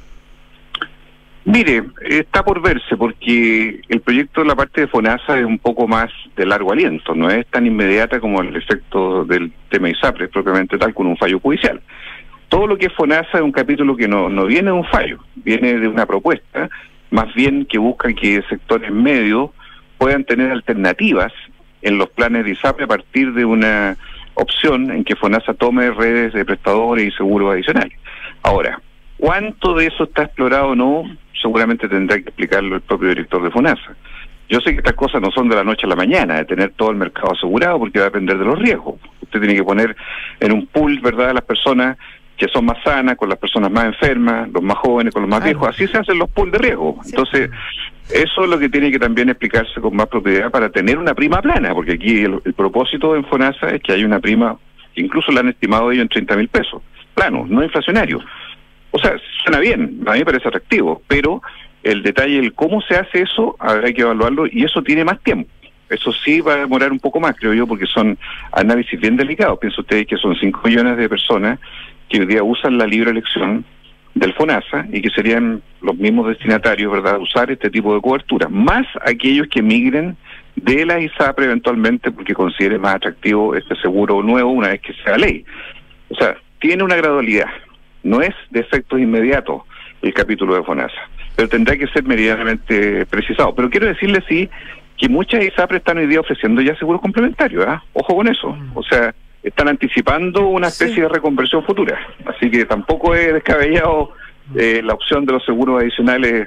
Mire, está por verse, porque el proyecto de la parte de FONASA es un poco más de largo aliento, no es tan inmediata como el efecto del tema ISAPRES propiamente tal, con un fallo judicial. Todo lo que es FONASA es un capítulo que no viene de un fallo, viene de una propuesta, más bien que busca que sectores medios puedan tener alternativas en los planes de ISAPRE a partir de una opción en que FONASA tome redes de prestadores y seguros adicionales. Ahora, ¿cuánto de eso está explorado o no? Seguramente tendrá que explicarlo el propio director de FONASA. Yo sé que estas cosas no son de la noche a la mañana, de tener todo el mercado asegurado, porque va a depender de los riesgos. Usted tiene que poner en un pool, ¿verdad?, a las personas que son más sanas, con las personas más enfermas, los más jóvenes con los más viejos. Así se hacen los pools de riesgo. Entonces, eso es lo que tiene que también explicarse con más propiedad para tener una prima plana, porque aquí el propósito de FONASA es que hay una prima, incluso la han estimado ellos en 30.000 pesos, plano, no inflacionario. O sea, suena bien, a mí me parece atractivo, pero el detalle, el cómo se hace eso, habrá que evaluarlo, y eso tiene más tiempo. Eso sí va a demorar un poco más, creo yo, porque son análisis bien delicados. Piensa usted que son 5 millones de personas que hoy día usan la libre elección del FONASA y que serían los mismos destinatarios, ¿verdad?, usar este tipo de cobertura, más aquellos que migren de la ISAPRE eventualmente porque consideren más atractivo este seguro nuevo una vez que sea ley. O sea, tiene una gradualidad, no es de efectos inmediatos el capítulo de FONASA, pero tendrá que ser meridianamente precisado. Pero quiero decirle, sí, que muchas ISAPRE están hoy día ofreciendo ya seguros complementarios, ojo con eso, o sea, están anticipando una especie de reconversión futura, así que tampoco es descabellado la opción de los seguros adicionales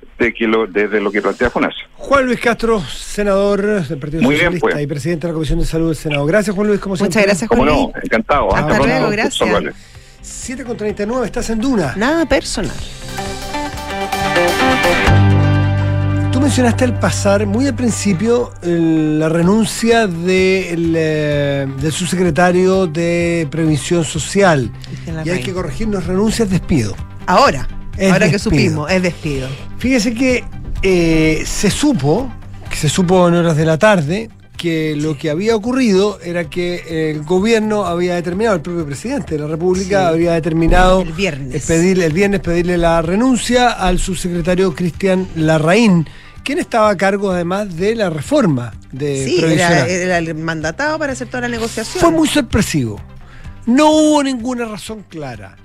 desde lo que plantea FONASA. Juan Luis Castro, senador del Partido Socialista y presidente de la Comisión de Salud del Senado. Gracias, Juan Luis, como siempre. Muchas gracias, Juan Luis. No, encantado. Hasta luego, gracias. 7:39, estás en Duna. Nada personal. Tú mencionaste al pasar, muy al principio, la renuncia del subsecretario de Previsión Social. Y hay que corregirnos, renuncia es despido. Ahora que supimos, es despido. Fíjese que se supo en horas de la tarde, que lo que había ocurrido era que el gobierno había determinado, el propio presidente de la República había determinado el viernes pedirle la renuncia al subsecretario Cristian Larraín, quien estaba a cargo además de la reforma de previsional. Era el mandatado para hacer toda la negociación. Fue muy sorpresivo. No hubo ninguna razón clara.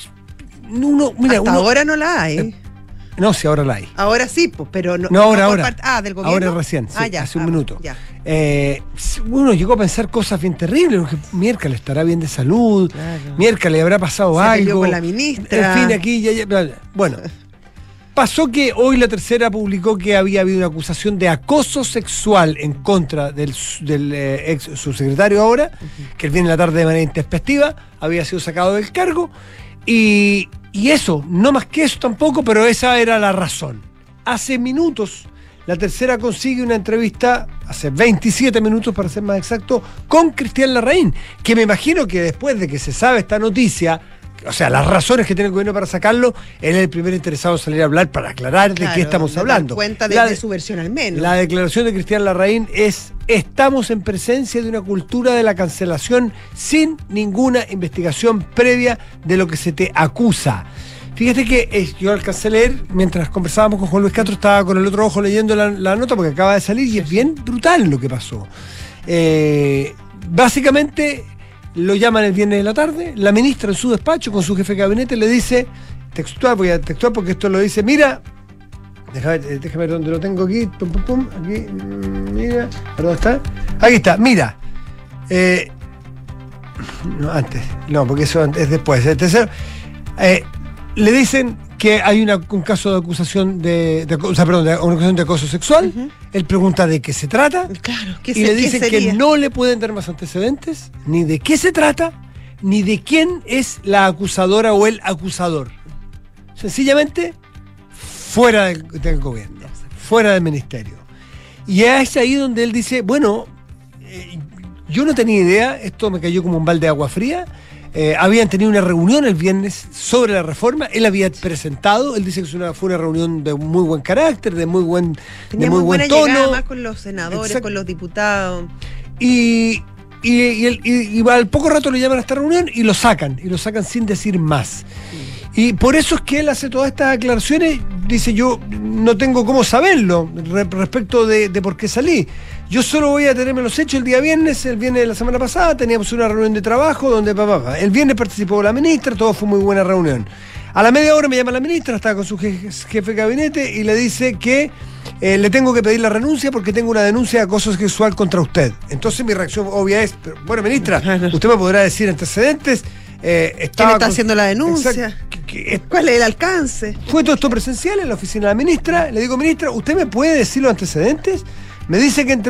Ahora no la hay. No, sí, ahora la hay. Ahora sí, pues, pero no. No, ahora. ¿Del gobierno? Ahora recién, sí, hace un minuto. Ya. Uno llegó a pensar cosas bien terribles, porque miércoles estará bien de salud, miércoles habrá pasado algo. Se peleó con la ministra. En fin, aquí ya. Bueno, pasó que hoy La Tercera publicó que había habido una acusación de acoso sexual en contra del ex subsecretario ahora, que el viernes en la tarde de manera intempestiva había sido sacado del cargo. Y eso, no más que eso tampoco, pero esa era la razón. Hace minutos La Tercera consigue una entrevista hace 27 minutos, para ser más exacto, con Cristian Larraín, que me imagino que después de que se sabe esta noticia, o sea, las razones que tiene el gobierno para sacarlo, él es el primer interesado en salir a hablar para aclarar de qué estamos hablando. Cuenta de su versión al menos. La declaración de Cristian Larraín es: estamos en presencia de una cultura de la cancelación sin ninguna investigación previa de lo que se te acusa. Fíjate que yo alcancé a leer, mientras conversábamos con Juan Luis Castro, estaba con el otro ojo leyendo la nota porque acaba de salir y es bien brutal lo que pasó. Básicamente lo llaman el viernes de la tarde, la ministra en su despacho con su jefe de gabinete le dice, textual, voy a textual porque esto lo dice, mira, déjame ver dónde lo tengo aquí, aquí, mira, ¿dónde está? Aquí está, mira, no, antes, no, porque eso es después, el tercero, le dicen que hay un caso de acusación una acusación de acoso sexual. Uh-huh. Él pregunta de qué se trata. Claro, y le dicen que no le pueden dar más antecedentes, ni de qué se trata, ni de quién es la acusadora o el acusador. Sencillamente, fuera del gobierno, fuera del ministerio. Y es ahí donde él dice, bueno, yo no tenía idea, esto me cayó como un balde de agua fría. Habían tenido una reunión el viernes sobre la reforma, él había presentado, él dice que fue una reunión de muy buen carácter, de muy buen tono. Llegada más con los senadores, exacto, con los diputados. Y al poco rato lo llaman a esta reunión y lo sacan sin decir más. Y por eso es que él hace todas estas aclaraciones, dice, yo no tengo cómo saberlo respecto de por qué salí. Yo solo voy a tenerme los hechos el viernes de la semana pasada, teníamos una reunión de trabajo donde el viernes participó la ministra, todo fue muy buena reunión. A la media hora me llama la ministra, estaba con su jefe de gabinete y le dice que le tengo que pedir la renuncia porque tengo una denuncia de acoso sexual contra usted. Entonces mi reacción obvia es, pero, bueno, ministra, usted me podrá decir antecedentes. ¿Quién está haciendo la denuncia? ¿Cuál es el alcance? Fue todo esto presencial en la oficina de la ministra. Le digo, ministra, ¿usted me puede decir los antecedentes? Me dice que entre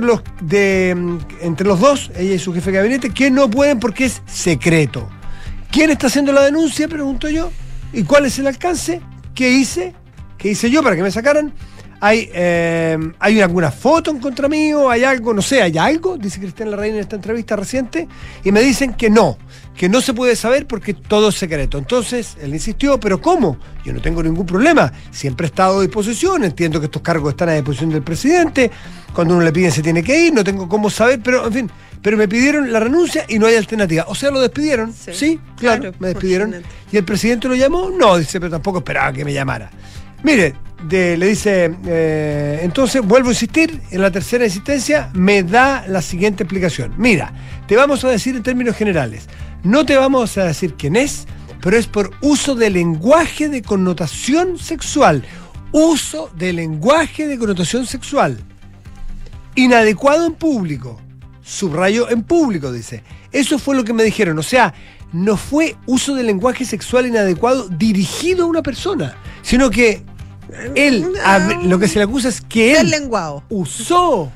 los dos, ella y su jefe de gabinete, que no pueden porque es secreto. ¿Quién está haciendo la denuncia? Pregunto yo. ¿Y cuál es el alcance? ¿Qué hice? ¿Qué hice yo para que me sacaran? ¿Hay alguna foto en contra mío? ¿Hay algo? No sé, ¿hay algo? Dice Cristian Larraín en esta entrevista reciente. Y me dicen que no se puede saber porque todo es secreto. Entonces, él insistió, ¿pero cómo? Yo no tengo ningún problema. Siempre he estado a disposición. Entiendo que estos cargos están a disposición del presidente. Cuando uno le pide se tiene que ir. No tengo cómo saber, pero en fin. Pero me pidieron la renuncia y no hay alternativa. O sea, lo despidieron. Sí, claro, me despidieron. ¿Y el presidente lo llamó? No, dice, pero tampoco esperaba que me llamara. Mire, le dice, entonces vuelvo a insistir, en la tercera insistencia me da la siguiente explicación. Mira, te vamos a decir en términos generales, no te vamos a decir quién es, pero es por uso de lenguaje de connotación sexual. Uso de lenguaje de connotación sexual. Inadecuado en público. Subrayo en público, dice. Eso fue lo que me dijeron. O sea, no fue uso de lenguaje sexual inadecuado dirigido a una persona, sino que él, lo que se le acusa es que él usó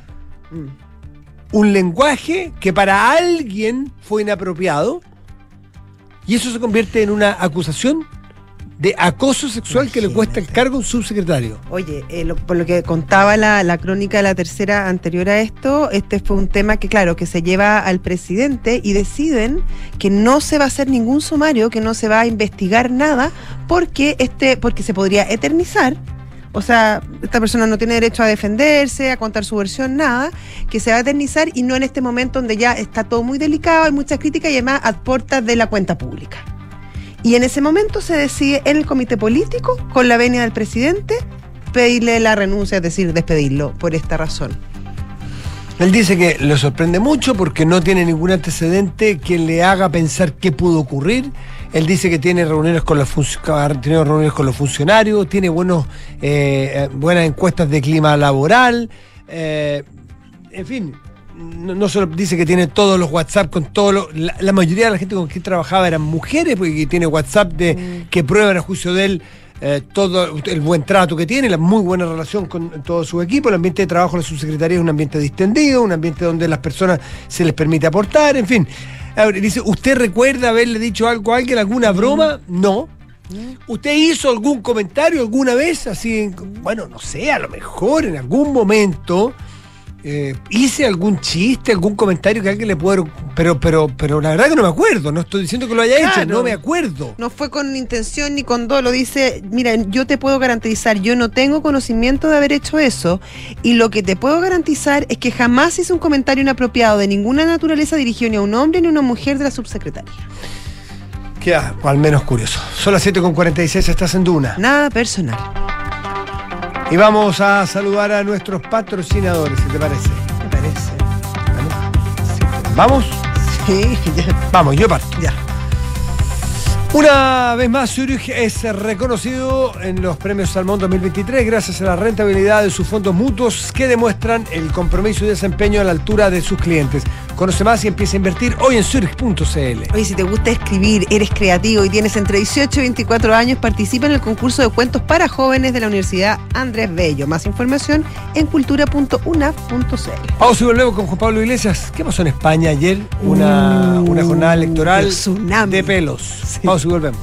un lenguaje que para alguien fue inapropiado y eso se convierte en una acusación de acoso sexual que le cuesta el cargo a un subsecretario. Oye, por lo que contaba la crónica de la tercera anterior a esto, este fue un tema que, claro, que se lleva al presidente y deciden que no se va a hacer ningún sumario, que no se va a investigar nada, porque se podría eternizar. O sea, esta persona no tiene derecho a defenderse, a contar su versión, nada, que se va a eternizar y no en este momento donde ya está todo muy delicado, hay muchas críticas y además a puertas de la cuenta pública. Y en ese momento se decide en el comité político, con la venia del presidente, pedirle la renuncia, es decir, despedirlo por esta razón. Él dice que le sorprende mucho porque no tiene ningún antecedente que le haga pensar qué pudo ocurrir. Él dice que tiene reuniones con los funcionarios, tiene buenas encuestas de clima laboral, en fin. No solo dice que tiene todos los WhatsApp con la mayoría de la gente con quien trabajaba eran mujeres, porque tiene WhatsApp que prueban a juicio de él todo el buen trato que tiene, la muy buena relación con todo su equipo. El ambiente de trabajo de la subsecretaría es un ambiente distendido, un ambiente donde las personas se les permite aportar, en fin. A ver, dice, ¿usted recuerda haberle dicho algo a alguien, alguna broma? No. ¿Usted hizo algún comentario alguna vez? Así, bueno, no sé, a lo mejor en algún momento hice algún chiste, algún comentario que a alguien le pueda... Pero la verdad que no me acuerdo, no estoy diciendo que lo haya hecho, no me acuerdo. No fue con intención ni con dolo, dice, mira, yo te puedo garantizar, yo no tengo conocimiento de haber hecho eso, y lo que te puedo garantizar es que jamás hice un comentario inapropiado de ninguna naturaleza dirigido ni a un hombre ni a una mujer de la subsecretaria. Queda al menos curioso. Son las 7:46, estás en Duna. Nada personal. Y vamos a saludar a nuestros patrocinadores, si te parece. Me parece. ¿Vamos? Sí, ya. Vamos, yo parto. Ya. Una vez más, Zurich es reconocido en los premios Salmón 2023 gracias a la rentabilidad de sus fondos mutuos que demuestran el compromiso y desempeño a la altura de sus clientes. Conoce más y empieza a invertir hoy en Zurich.cl. Oye, si te gusta escribir, eres creativo y tienes entre 18 y 24 años, participa en el concurso de cuentos para jóvenes de la Universidad Andrés Bello. Más información en cultura.unap.cl. Pausa y volvemos con Juan Pablo Iglesias. ¿Qué pasó en España ayer? Una jornada electoral de pelos. Sí. Pausa y volvemos.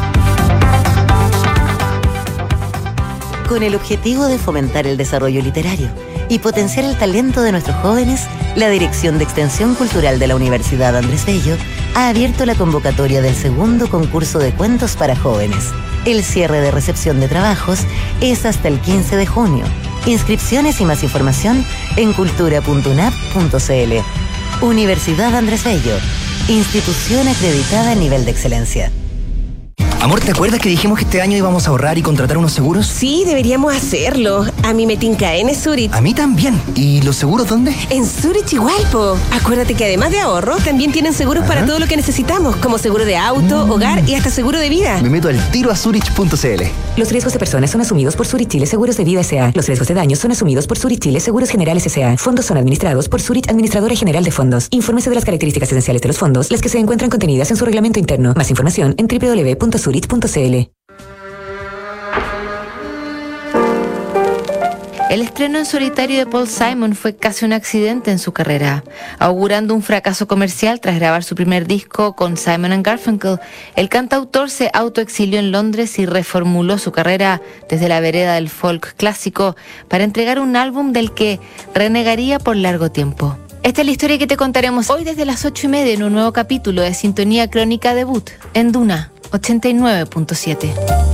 Con el objetivo de fomentar el desarrollo literario y potenciar el talento de nuestros jóvenes, la Dirección de Extensión Cultural de la Universidad Andrés Bello ha abierto la convocatoria del segundo concurso de cuentos para jóvenes. El cierre de recepción de trabajos es hasta el 15 de junio. Inscripciones y más información en cultura.unap.cl. Universidad Andrés Bello, institución acreditada a nivel de excelencia. Amor, ¿te acuerdas que dijimos que este año íbamos a ahorrar y contratar unos seguros? Sí, deberíamos hacerlo. A mí me tinca en Zurich. A mí también. ¿Y los seguros dónde? En Zurich igual, po. Acuérdate que además de ahorro, también tienen seguros para todo lo que necesitamos, como seguro de auto, hogar y hasta seguro de vida. Me meto al tiro a Zurich.cl. Los riesgos de personas son asumidos por Zurich Chile Seguros de Vida S.A. Los riesgos de daños son asumidos por Zurich Chile Seguros Generales S.A. Fondos son administrados por Zurich Administradora General de Fondos. Infórmese de las características esenciales de los fondos, las que se encuentran contenidas en su reglamento interno. Más información en www.zurich.cl. El estreno en solitario de Paul Simon fue casi un accidente en su carrera. Augurando un fracaso comercial tras grabar su primer disco con Simon & Garfunkel, el cantautor se autoexilió en Londres y reformuló su carrera desde la vereda del folk clásico para entregar un álbum del que renegaría por largo tiempo. Esta es la historia que te contaremos hoy desde las 8:30 en un nuevo capítulo de Sintonía Crónica Debut en Duna 89.7.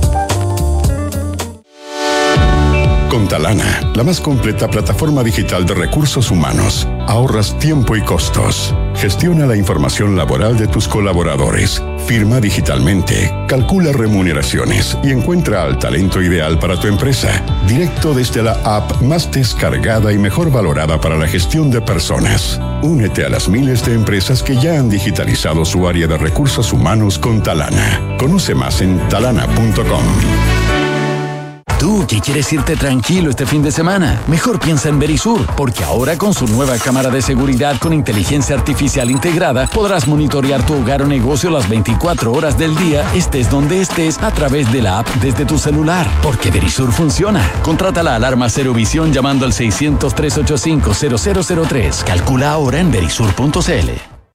Con Talana, la más completa plataforma digital de recursos humanos, ahorras tiempo y costos. Gestiona la información laboral de tus colaboradores, firma digitalmente, calcula remuneraciones y encuentra al talento ideal para tu empresa, directo desde la app más descargada y mejor valorada para la gestión de personas. Únete a las miles de empresas que ya han digitalizado su área de recursos humanos con Talana. Conoce más en talana.com. Tú que quieres irte tranquilo este fin de semana, mejor piensa en Verisur, porque ahora con su nueva cámara de seguridad con inteligencia artificial integrada, podrás monitorear tu hogar o negocio las 24 horas del día, estés donde estés, a través de la app desde tu celular. Porque Verisur funciona. Contrata la alarma Cero Visión llamando al 600-385-0003. Calcula ahora en verisur.cl.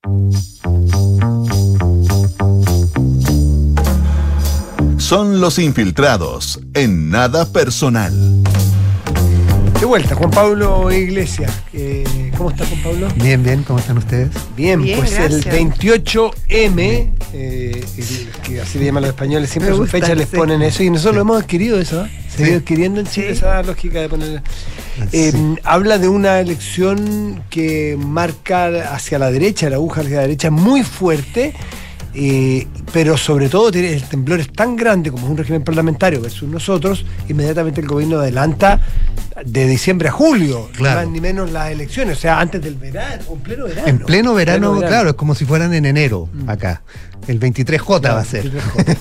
Son los infiltrados en Nada Personal. De vuelta, Juan Pablo Iglesias. ¿Cómo está, Juan Pablo? Bien, bien. ¿Cómo están ustedes? Bien, pues gracias. El 28M, que así le llaman los españoles, siempre sus fechas les ponen eso, y nosotros lo hemos adquirido eso, se ha ido adquiriendo en Chile esa lógica de poner. Habla de una elección que marca hacia la derecha, la aguja hacia la derecha muy fuerte. Pero sobre todo el temblor es tan grande como es un régimen parlamentario versus nosotros, inmediatamente el gobierno adelanta de diciembre a julio, claro, ni más ni menos las elecciones, o sea, antes del verano, en pleno verano. En pleno verano, claro, es como si fueran en enero acá. El 23J va a ser.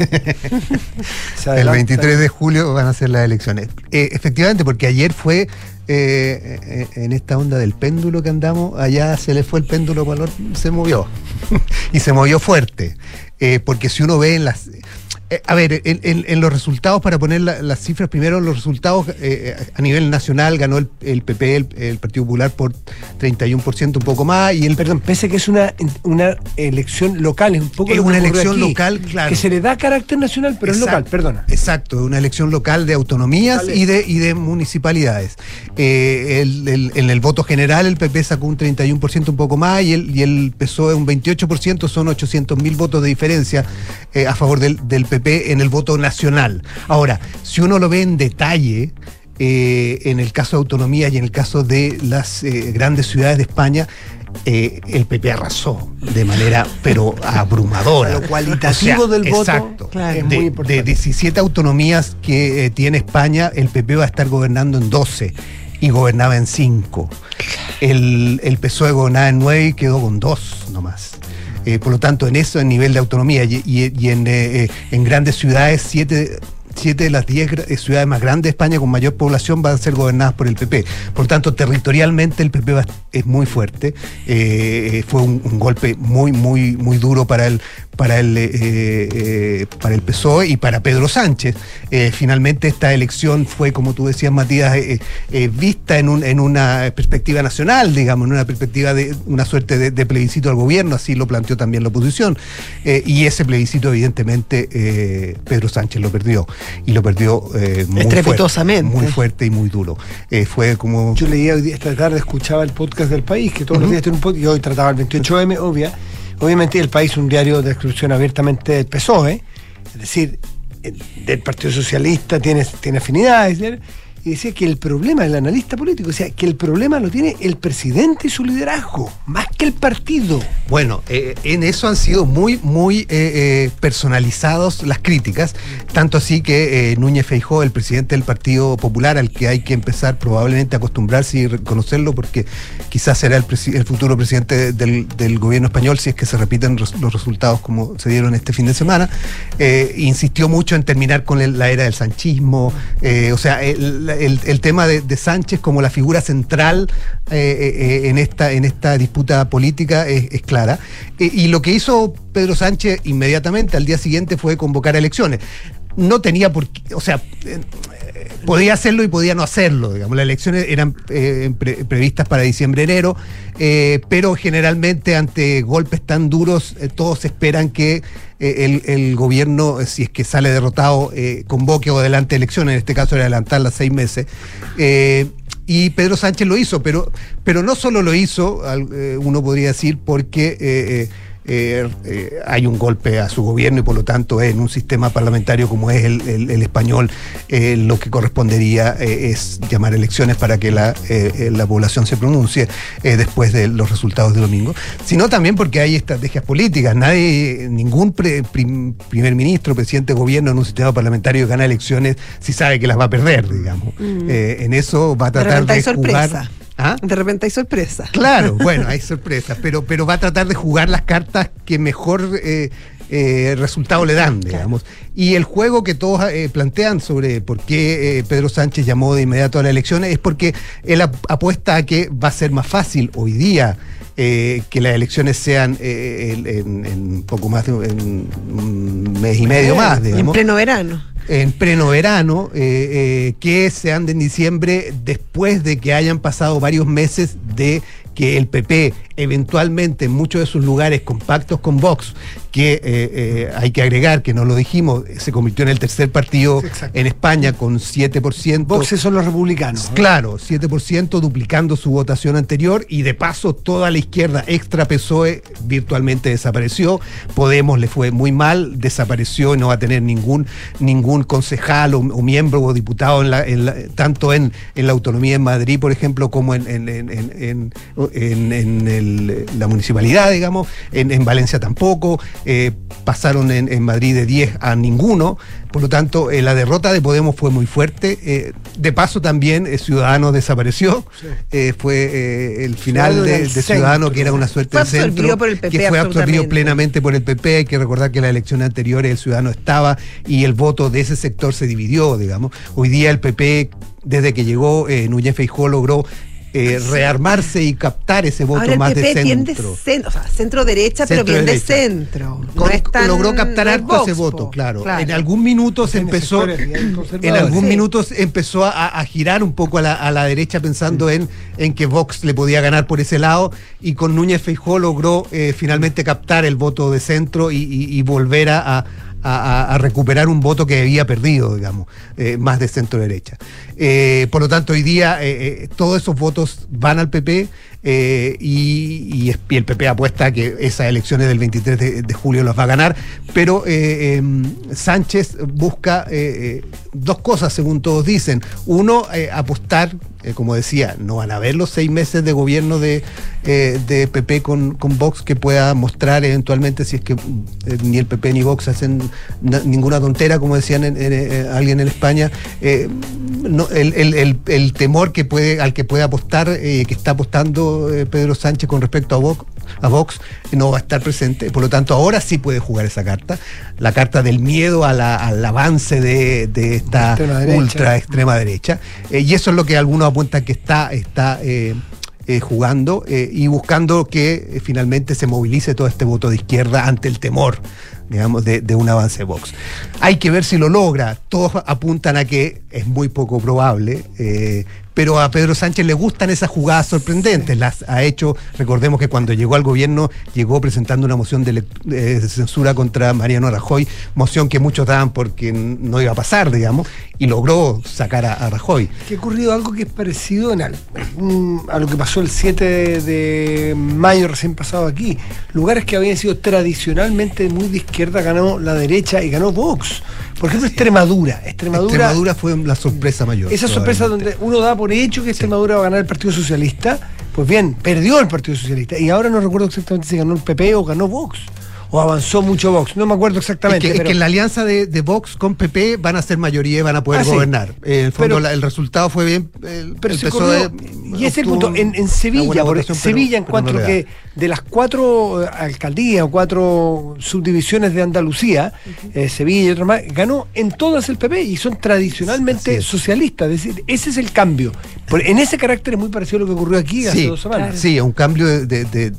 El 23 de julio van a ser las elecciones. Efectivamente, porque ayer fue en esta onda del péndulo que andamos, allá se le fue el péndulo, se movió. Y se movió fuerte. Porque si uno ve A ver, en los resultados, para poner las cifras primero, los resultados a nivel nacional ganó el PP, el Partido Popular, por 31%, un poco más. Y Perdón, pese a que es una elección local, es un poco es lo que una ocurre elección aquí, local, claro. que se le da carácter nacional, pero es local, perdona. Exacto, una elección local de autonomías y de municipalidades. En el voto general el PP sacó un 31%, un poco más, y el PSOE un 28%, son 800.000 votos de diferencia a favor del PP en el voto nacional. Ahora, si uno lo ve en detalle, en el caso de autonomía y en el caso de las grandes ciudades de España, el PP arrasó de manera pero abrumadora. Lo cualitativo del voto, exacto, claro, es muy importante. De 17 autonomías que tiene España, el PP va a estar gobernando en 12 y gobernaba en 5. El PSOE gobernaba en 9 y quedó con 2 nomás. Por lo tanto, en eso, en nivel de autonomía y en grandes ciudades, 7 de las 10 ciudades más grandes de España con mayor población van a ser gobernadas por el PP. Por lo tanto, territorialmente el PP es muy fuerte. Fue un golpe muy, muy, muy duro para el PSOE y para Pedro Sánchez. Finalmente esta elección fue, como tú decías, Matías, vista en una perspectiva nacional, digamos, en una perspectiva de una suerte de plebiscito al gobierno, así lo planteó también la oposición, y ese plebiscito evidentemente Pedro Sánchez lo perdió, y lo perdió muy estrepitosamente, muy fuerte y muy duro. Fue como... Yo leía hoy día, esta tarde escuchaba el podcast del País, que todos los días tiene un podcast, y hoy trataba el 28M, obviamente el País es un diario de exclusión abiertamente del PSOE, es decir, del Partido Socialista tiene afinidades, y decía que el problema del analista político, o sea, que el problema lo tiene el presidente y su liderazgo, más que el partido. Bueno, en eso han sido muy, muy personalizados las críticas, tanto así que Núñez Feijóo, el presidente del Partido Popular, al que hay que empezar probablemente a acostumbrarse y reconocerlo, porque quizás será el futuro presidente del gobierno español si es que se repiten los resultados como se dieron este fin de semana, insistió mucho en terminar con la era del sanchismo, o sea, el tema de Sánchez como la figura central en esta disputa política es clara. Y lo que hizo Pedro Sánchez inmediatamente al día siguiente fue convocar elecciones. No tenía por qué, o sea, podía hacerlo y podía no hacerlo, digamos. Las elecciones eran previstas para diciembre-enero, pero generalmente ante golpes tan duros todos esperan que el gobierno, si es que sale derrotado, convoque o adelante elecciones, en este caso era adelantarlas 6 meses. Y Pedro Sánchez lo hizo, pero no solo lo hizo, uno podría decir, porque hay un golpe a su gobierno y por lo tanto en un sistema parlamentario como es el español, lo que correspondería es llamar elecciones para que la población se pronuncie después de los resultados de domingo, sino también porque hay estrategias políticas. Ningún primer ministro, presidente de gobierno en un sistema parlamentario gana elecciones si sabe que las va a perder, digamos. En eso va a tratar de jugar. ¿Ah? De repente hay sorpresa. Claro, bueno, hay sorpresas, pero va a tratar de jugar las cartas que mejor resultado le dan, digamos. Y el juego que todos plantean sobre por qué Pedro Sánchez llamó de inmediato a las elecciones es porque él apuesta a que va a ser más fácil hoy día que las elecciones sean en poco más de un mes y medio más, digamos. En pleno verano. En pleno verano, que se ande en diciembre después de que hayan pasado varios meses de que el PP eventualmente en muchos de sus lugares con pactos con Vox, que hay que agregar, que no lo dijimos, se convirtió en el tercer partido en España con 7%. Vox son los republicanos. Claro, 7%, duplicando su votación anterior, y de paso toda la izquierda extra PSOE virtualmente desapareció. Podemos le fue muy mal, desapareció y no va a tener ningún concejal o miembro o diputado tanto en la autonomía en Madrid, por ejemplo, como en la municipalidad, digamos. En Valencia tampoco. Pasaron en Madrid de 10 a ninguno. Por lo tanto, la derrota de Podemos fue muy fuerte. De paso también Ciudadanos desapareció. Fue el final de Ciudadanos, que era una suerte de centro, que fue absorbido plenamente por el PP. Hay que recordar que en las elecciones anteriores el Ciudadano estaba y el voto de ese sector se dividió, digamos. Hoy día el PP, desde que llegó Núñez Feijóo, logró rearmarse y captar ese voto ahora más de centro. O sea, centro-derecha, pero bien de centro. No logró captar harto ese voto, claro. En algún minuto se empezó, empezó a girar un poco a la derecha pensando en que Vox le podía ganar por ese lado, y con Núñez Feijóo logró finalmente captar el voto de centro y volver a recuperar un voto que había perdido, digamos, más de centro derecha. Por lo tanto, hoy día todos esos votos van al PP, y el PP apuesta a que esas elecciones del 23 de julio las va a ganar, pero Sánchez busca dos cosas, según todos dicen. Uno, apostar, como decía, no van a haber los 6 meses de gobierno de PP con Vox que pueda mostrar eventualmente, si es que ni el PP ni Vox hacen ninguna tontera, como decían alguien en España. El temor al que puede apostar, que está apostando Pedro Sánchez con respecto a Vox, no va a estar presente. Por lo tanto, ahora sí puede jugar esa carta, la carta del miedo al avance de esta ultra extrema derecha, y eso es lo que algunos apuntan que está jugando, y buscando que finalmente se movilice todo este voto de izquierda ante el temor, digamos, de un avance de Vox. Hay que ver si lo logra. Todos apuntan a que es muy poco probable, pero a Pedro Sánchez le gustan esas jugadas sorprendentes. Las ha hecho, recordemos que cuando llegó al gobierno, llegó presentando una moción de censura contra Mariano Rajoy, moción que muchos daban porque no iba a pasar, digamos, y logró sacar a Rajoy. Que ha ocurrido algo que es parecido a lo que pasó el 7 de mayo recién pasado aquí. Lugares que habían sido tradicionalmente muy de izquierda, ganó la derecha y ganó Vox. Por ejemplo, Extremadura fue la sorpresa mayor. Esa sorpresa donde uno da por hecho que Extremadura va a ganar el Partido Socialista. Pues bien, perdió el Partido Socialista, y ahora no recuerdo exactamente si ganó el PP o ganó Vox, o avanzó mucho Vox, no me acuerdo exactamente. Es que en la alianza de Vox con PP van a ser mayoría y van a poder gobernar. En el fondo, el resultado fue bien. Pero y es el punto. En Sevilla, en cuanto a que de las 4 alcaldías o 4 subdivisiones de Andalucía, Sevilla y otras más, ganó en todas el PP, y son tradicionalmente socialistas. Es decir, ese es el cambio. En ese carácter es muy parecido a lo que ocurrió aquí hace 2 semanas. Claro. Sí, un cambio de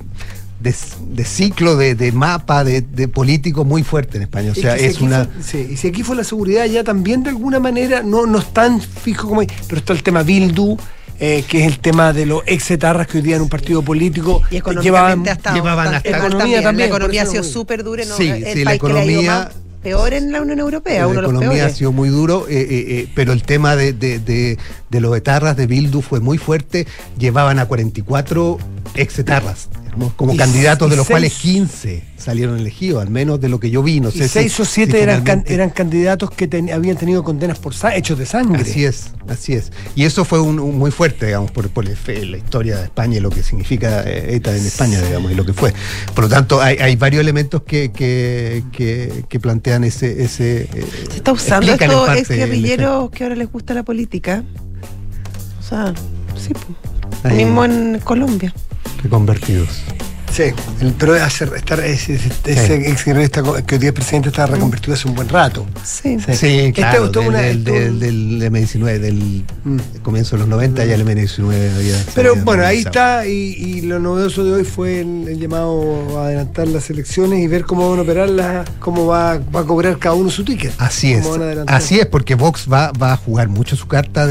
ciclo, de mapa, de político muy fuerte en España. O sea, y si aquí fue la seguridad, ya también de alguna manera no es tan fijo como ahí, pero está el tema Bildu, que es el tema de los exetarras que hoy día en un partido político y llevaban hasta economía también. La economía ha sido súper dura, ¿no? La economía peor en la Unión Europea, uno de los peores. La economía ha sido muy duro, pero el tema de los etarras de Bildu fue muy fuerte. Llevaban a 44 exetarras como candidatos, de los cuales 15 salieron elegidos, al menos de lo que yo vi. No sé, 6 o 7 eran candidatos que habían tenido condenas por hechos de sangre. Así es. Y eso fue muy fuerte, digamos, por la historia de España y lo que significa ETA en España, digamos, y lo que fue. Por lo tanto, hay varios elementos que plantean ese se está usando estos exguerrilleros que ahora les gusta la política. O sea, sí, mismo en Colombia. Reconvertidos. Sí, pero ese exguerrillista que hoy día es presidente está reconvertido hace un buen rato. Sí, claro, del M19, del comienzo de los 90, ya el M19 había... Pero bueno, ahí está, y lo novedoso de hoy fue el llamado a adelantar las elecciones y ver cómo van a operarlas, cómo va a cobrar cada uno su ticket. Así es, porque Vox va a jugar mucho su carta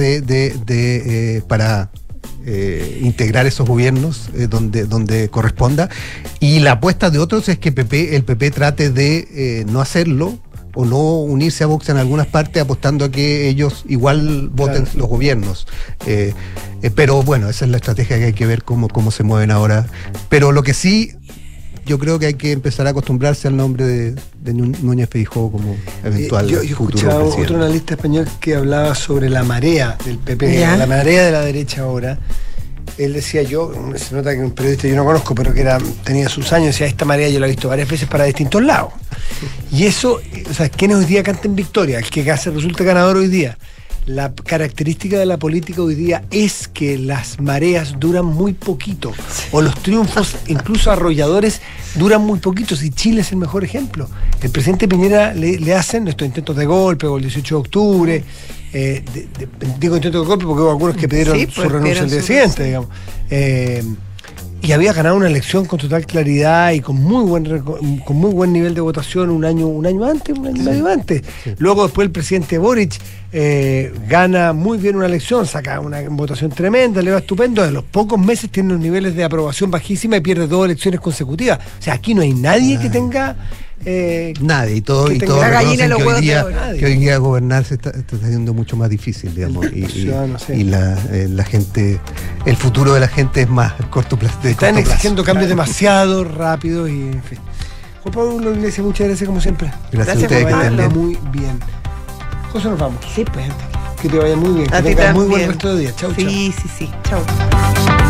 para integrar esos gobiernos donde corresponda, y la apuesta de otros es que el PP trate de no hacerlo o no unirse a Vox en algunas partes, apostando a que ellos igual voten los gobiernos. Pero bueno, esa es la estrategia que hay que ver cómo se mueven ahora. Pero lo que sí, yo creo que hay que empezar a acostumbrarse al nombre de Núñez Feijóo como eventual yo escuchaba otro analista español que hablaba sobre la marea del PP, la marea de la derecha ahora. Él decía, se nota que un periodista yo no conozco, pero que tenía sus años, decía, esta marea yo la he visto varias veces para distintos lados. Y eso, o sea, ¿quiénes hoy día cantan victoria? El que resulta ganador hoy día. La característica de la política hoy día es que las mareas duran muy poquito, o los triunfos, incluso arrolladores, duran muy poquito. Y Chile es el mejor ejemplo. El presidente Piñera le hacen estos intentos de golpe, o el 18 de octubre, digo intento de golpe porque hubo algunos que pidieron su renuncia al día siguiente, digamos. Y había ganado una elección con total claridad y con muy buen nivel de votación un año antes, un año y medio antes. Sí. Luego después el presidente Boric gana muy bien una elección, saca una votación tremenda, le va estupendo, de los pocos meses tiene unos niveles de aprobación bajísima y pierde 2 elecciones consecutivas. O sea, aquí no hay nadie que tenga... nadie, y todo reconocen que hoy día gobernar se está haciendo mucho más difícil, digamos, y la gente, el futuro de la gente es más corto plazo. Están exigiendo cambios demasiado rápidos y en fin. Juan Pablo Iglesias, muchas gracias como siempre. Gracias a ustedes, que estén bien. Muy bien. ¿Cómo nos vamos? Sí, pues. Que te vaya muy bien, que tengas muy buen resto de día. Chau, chau. Sí. Chau.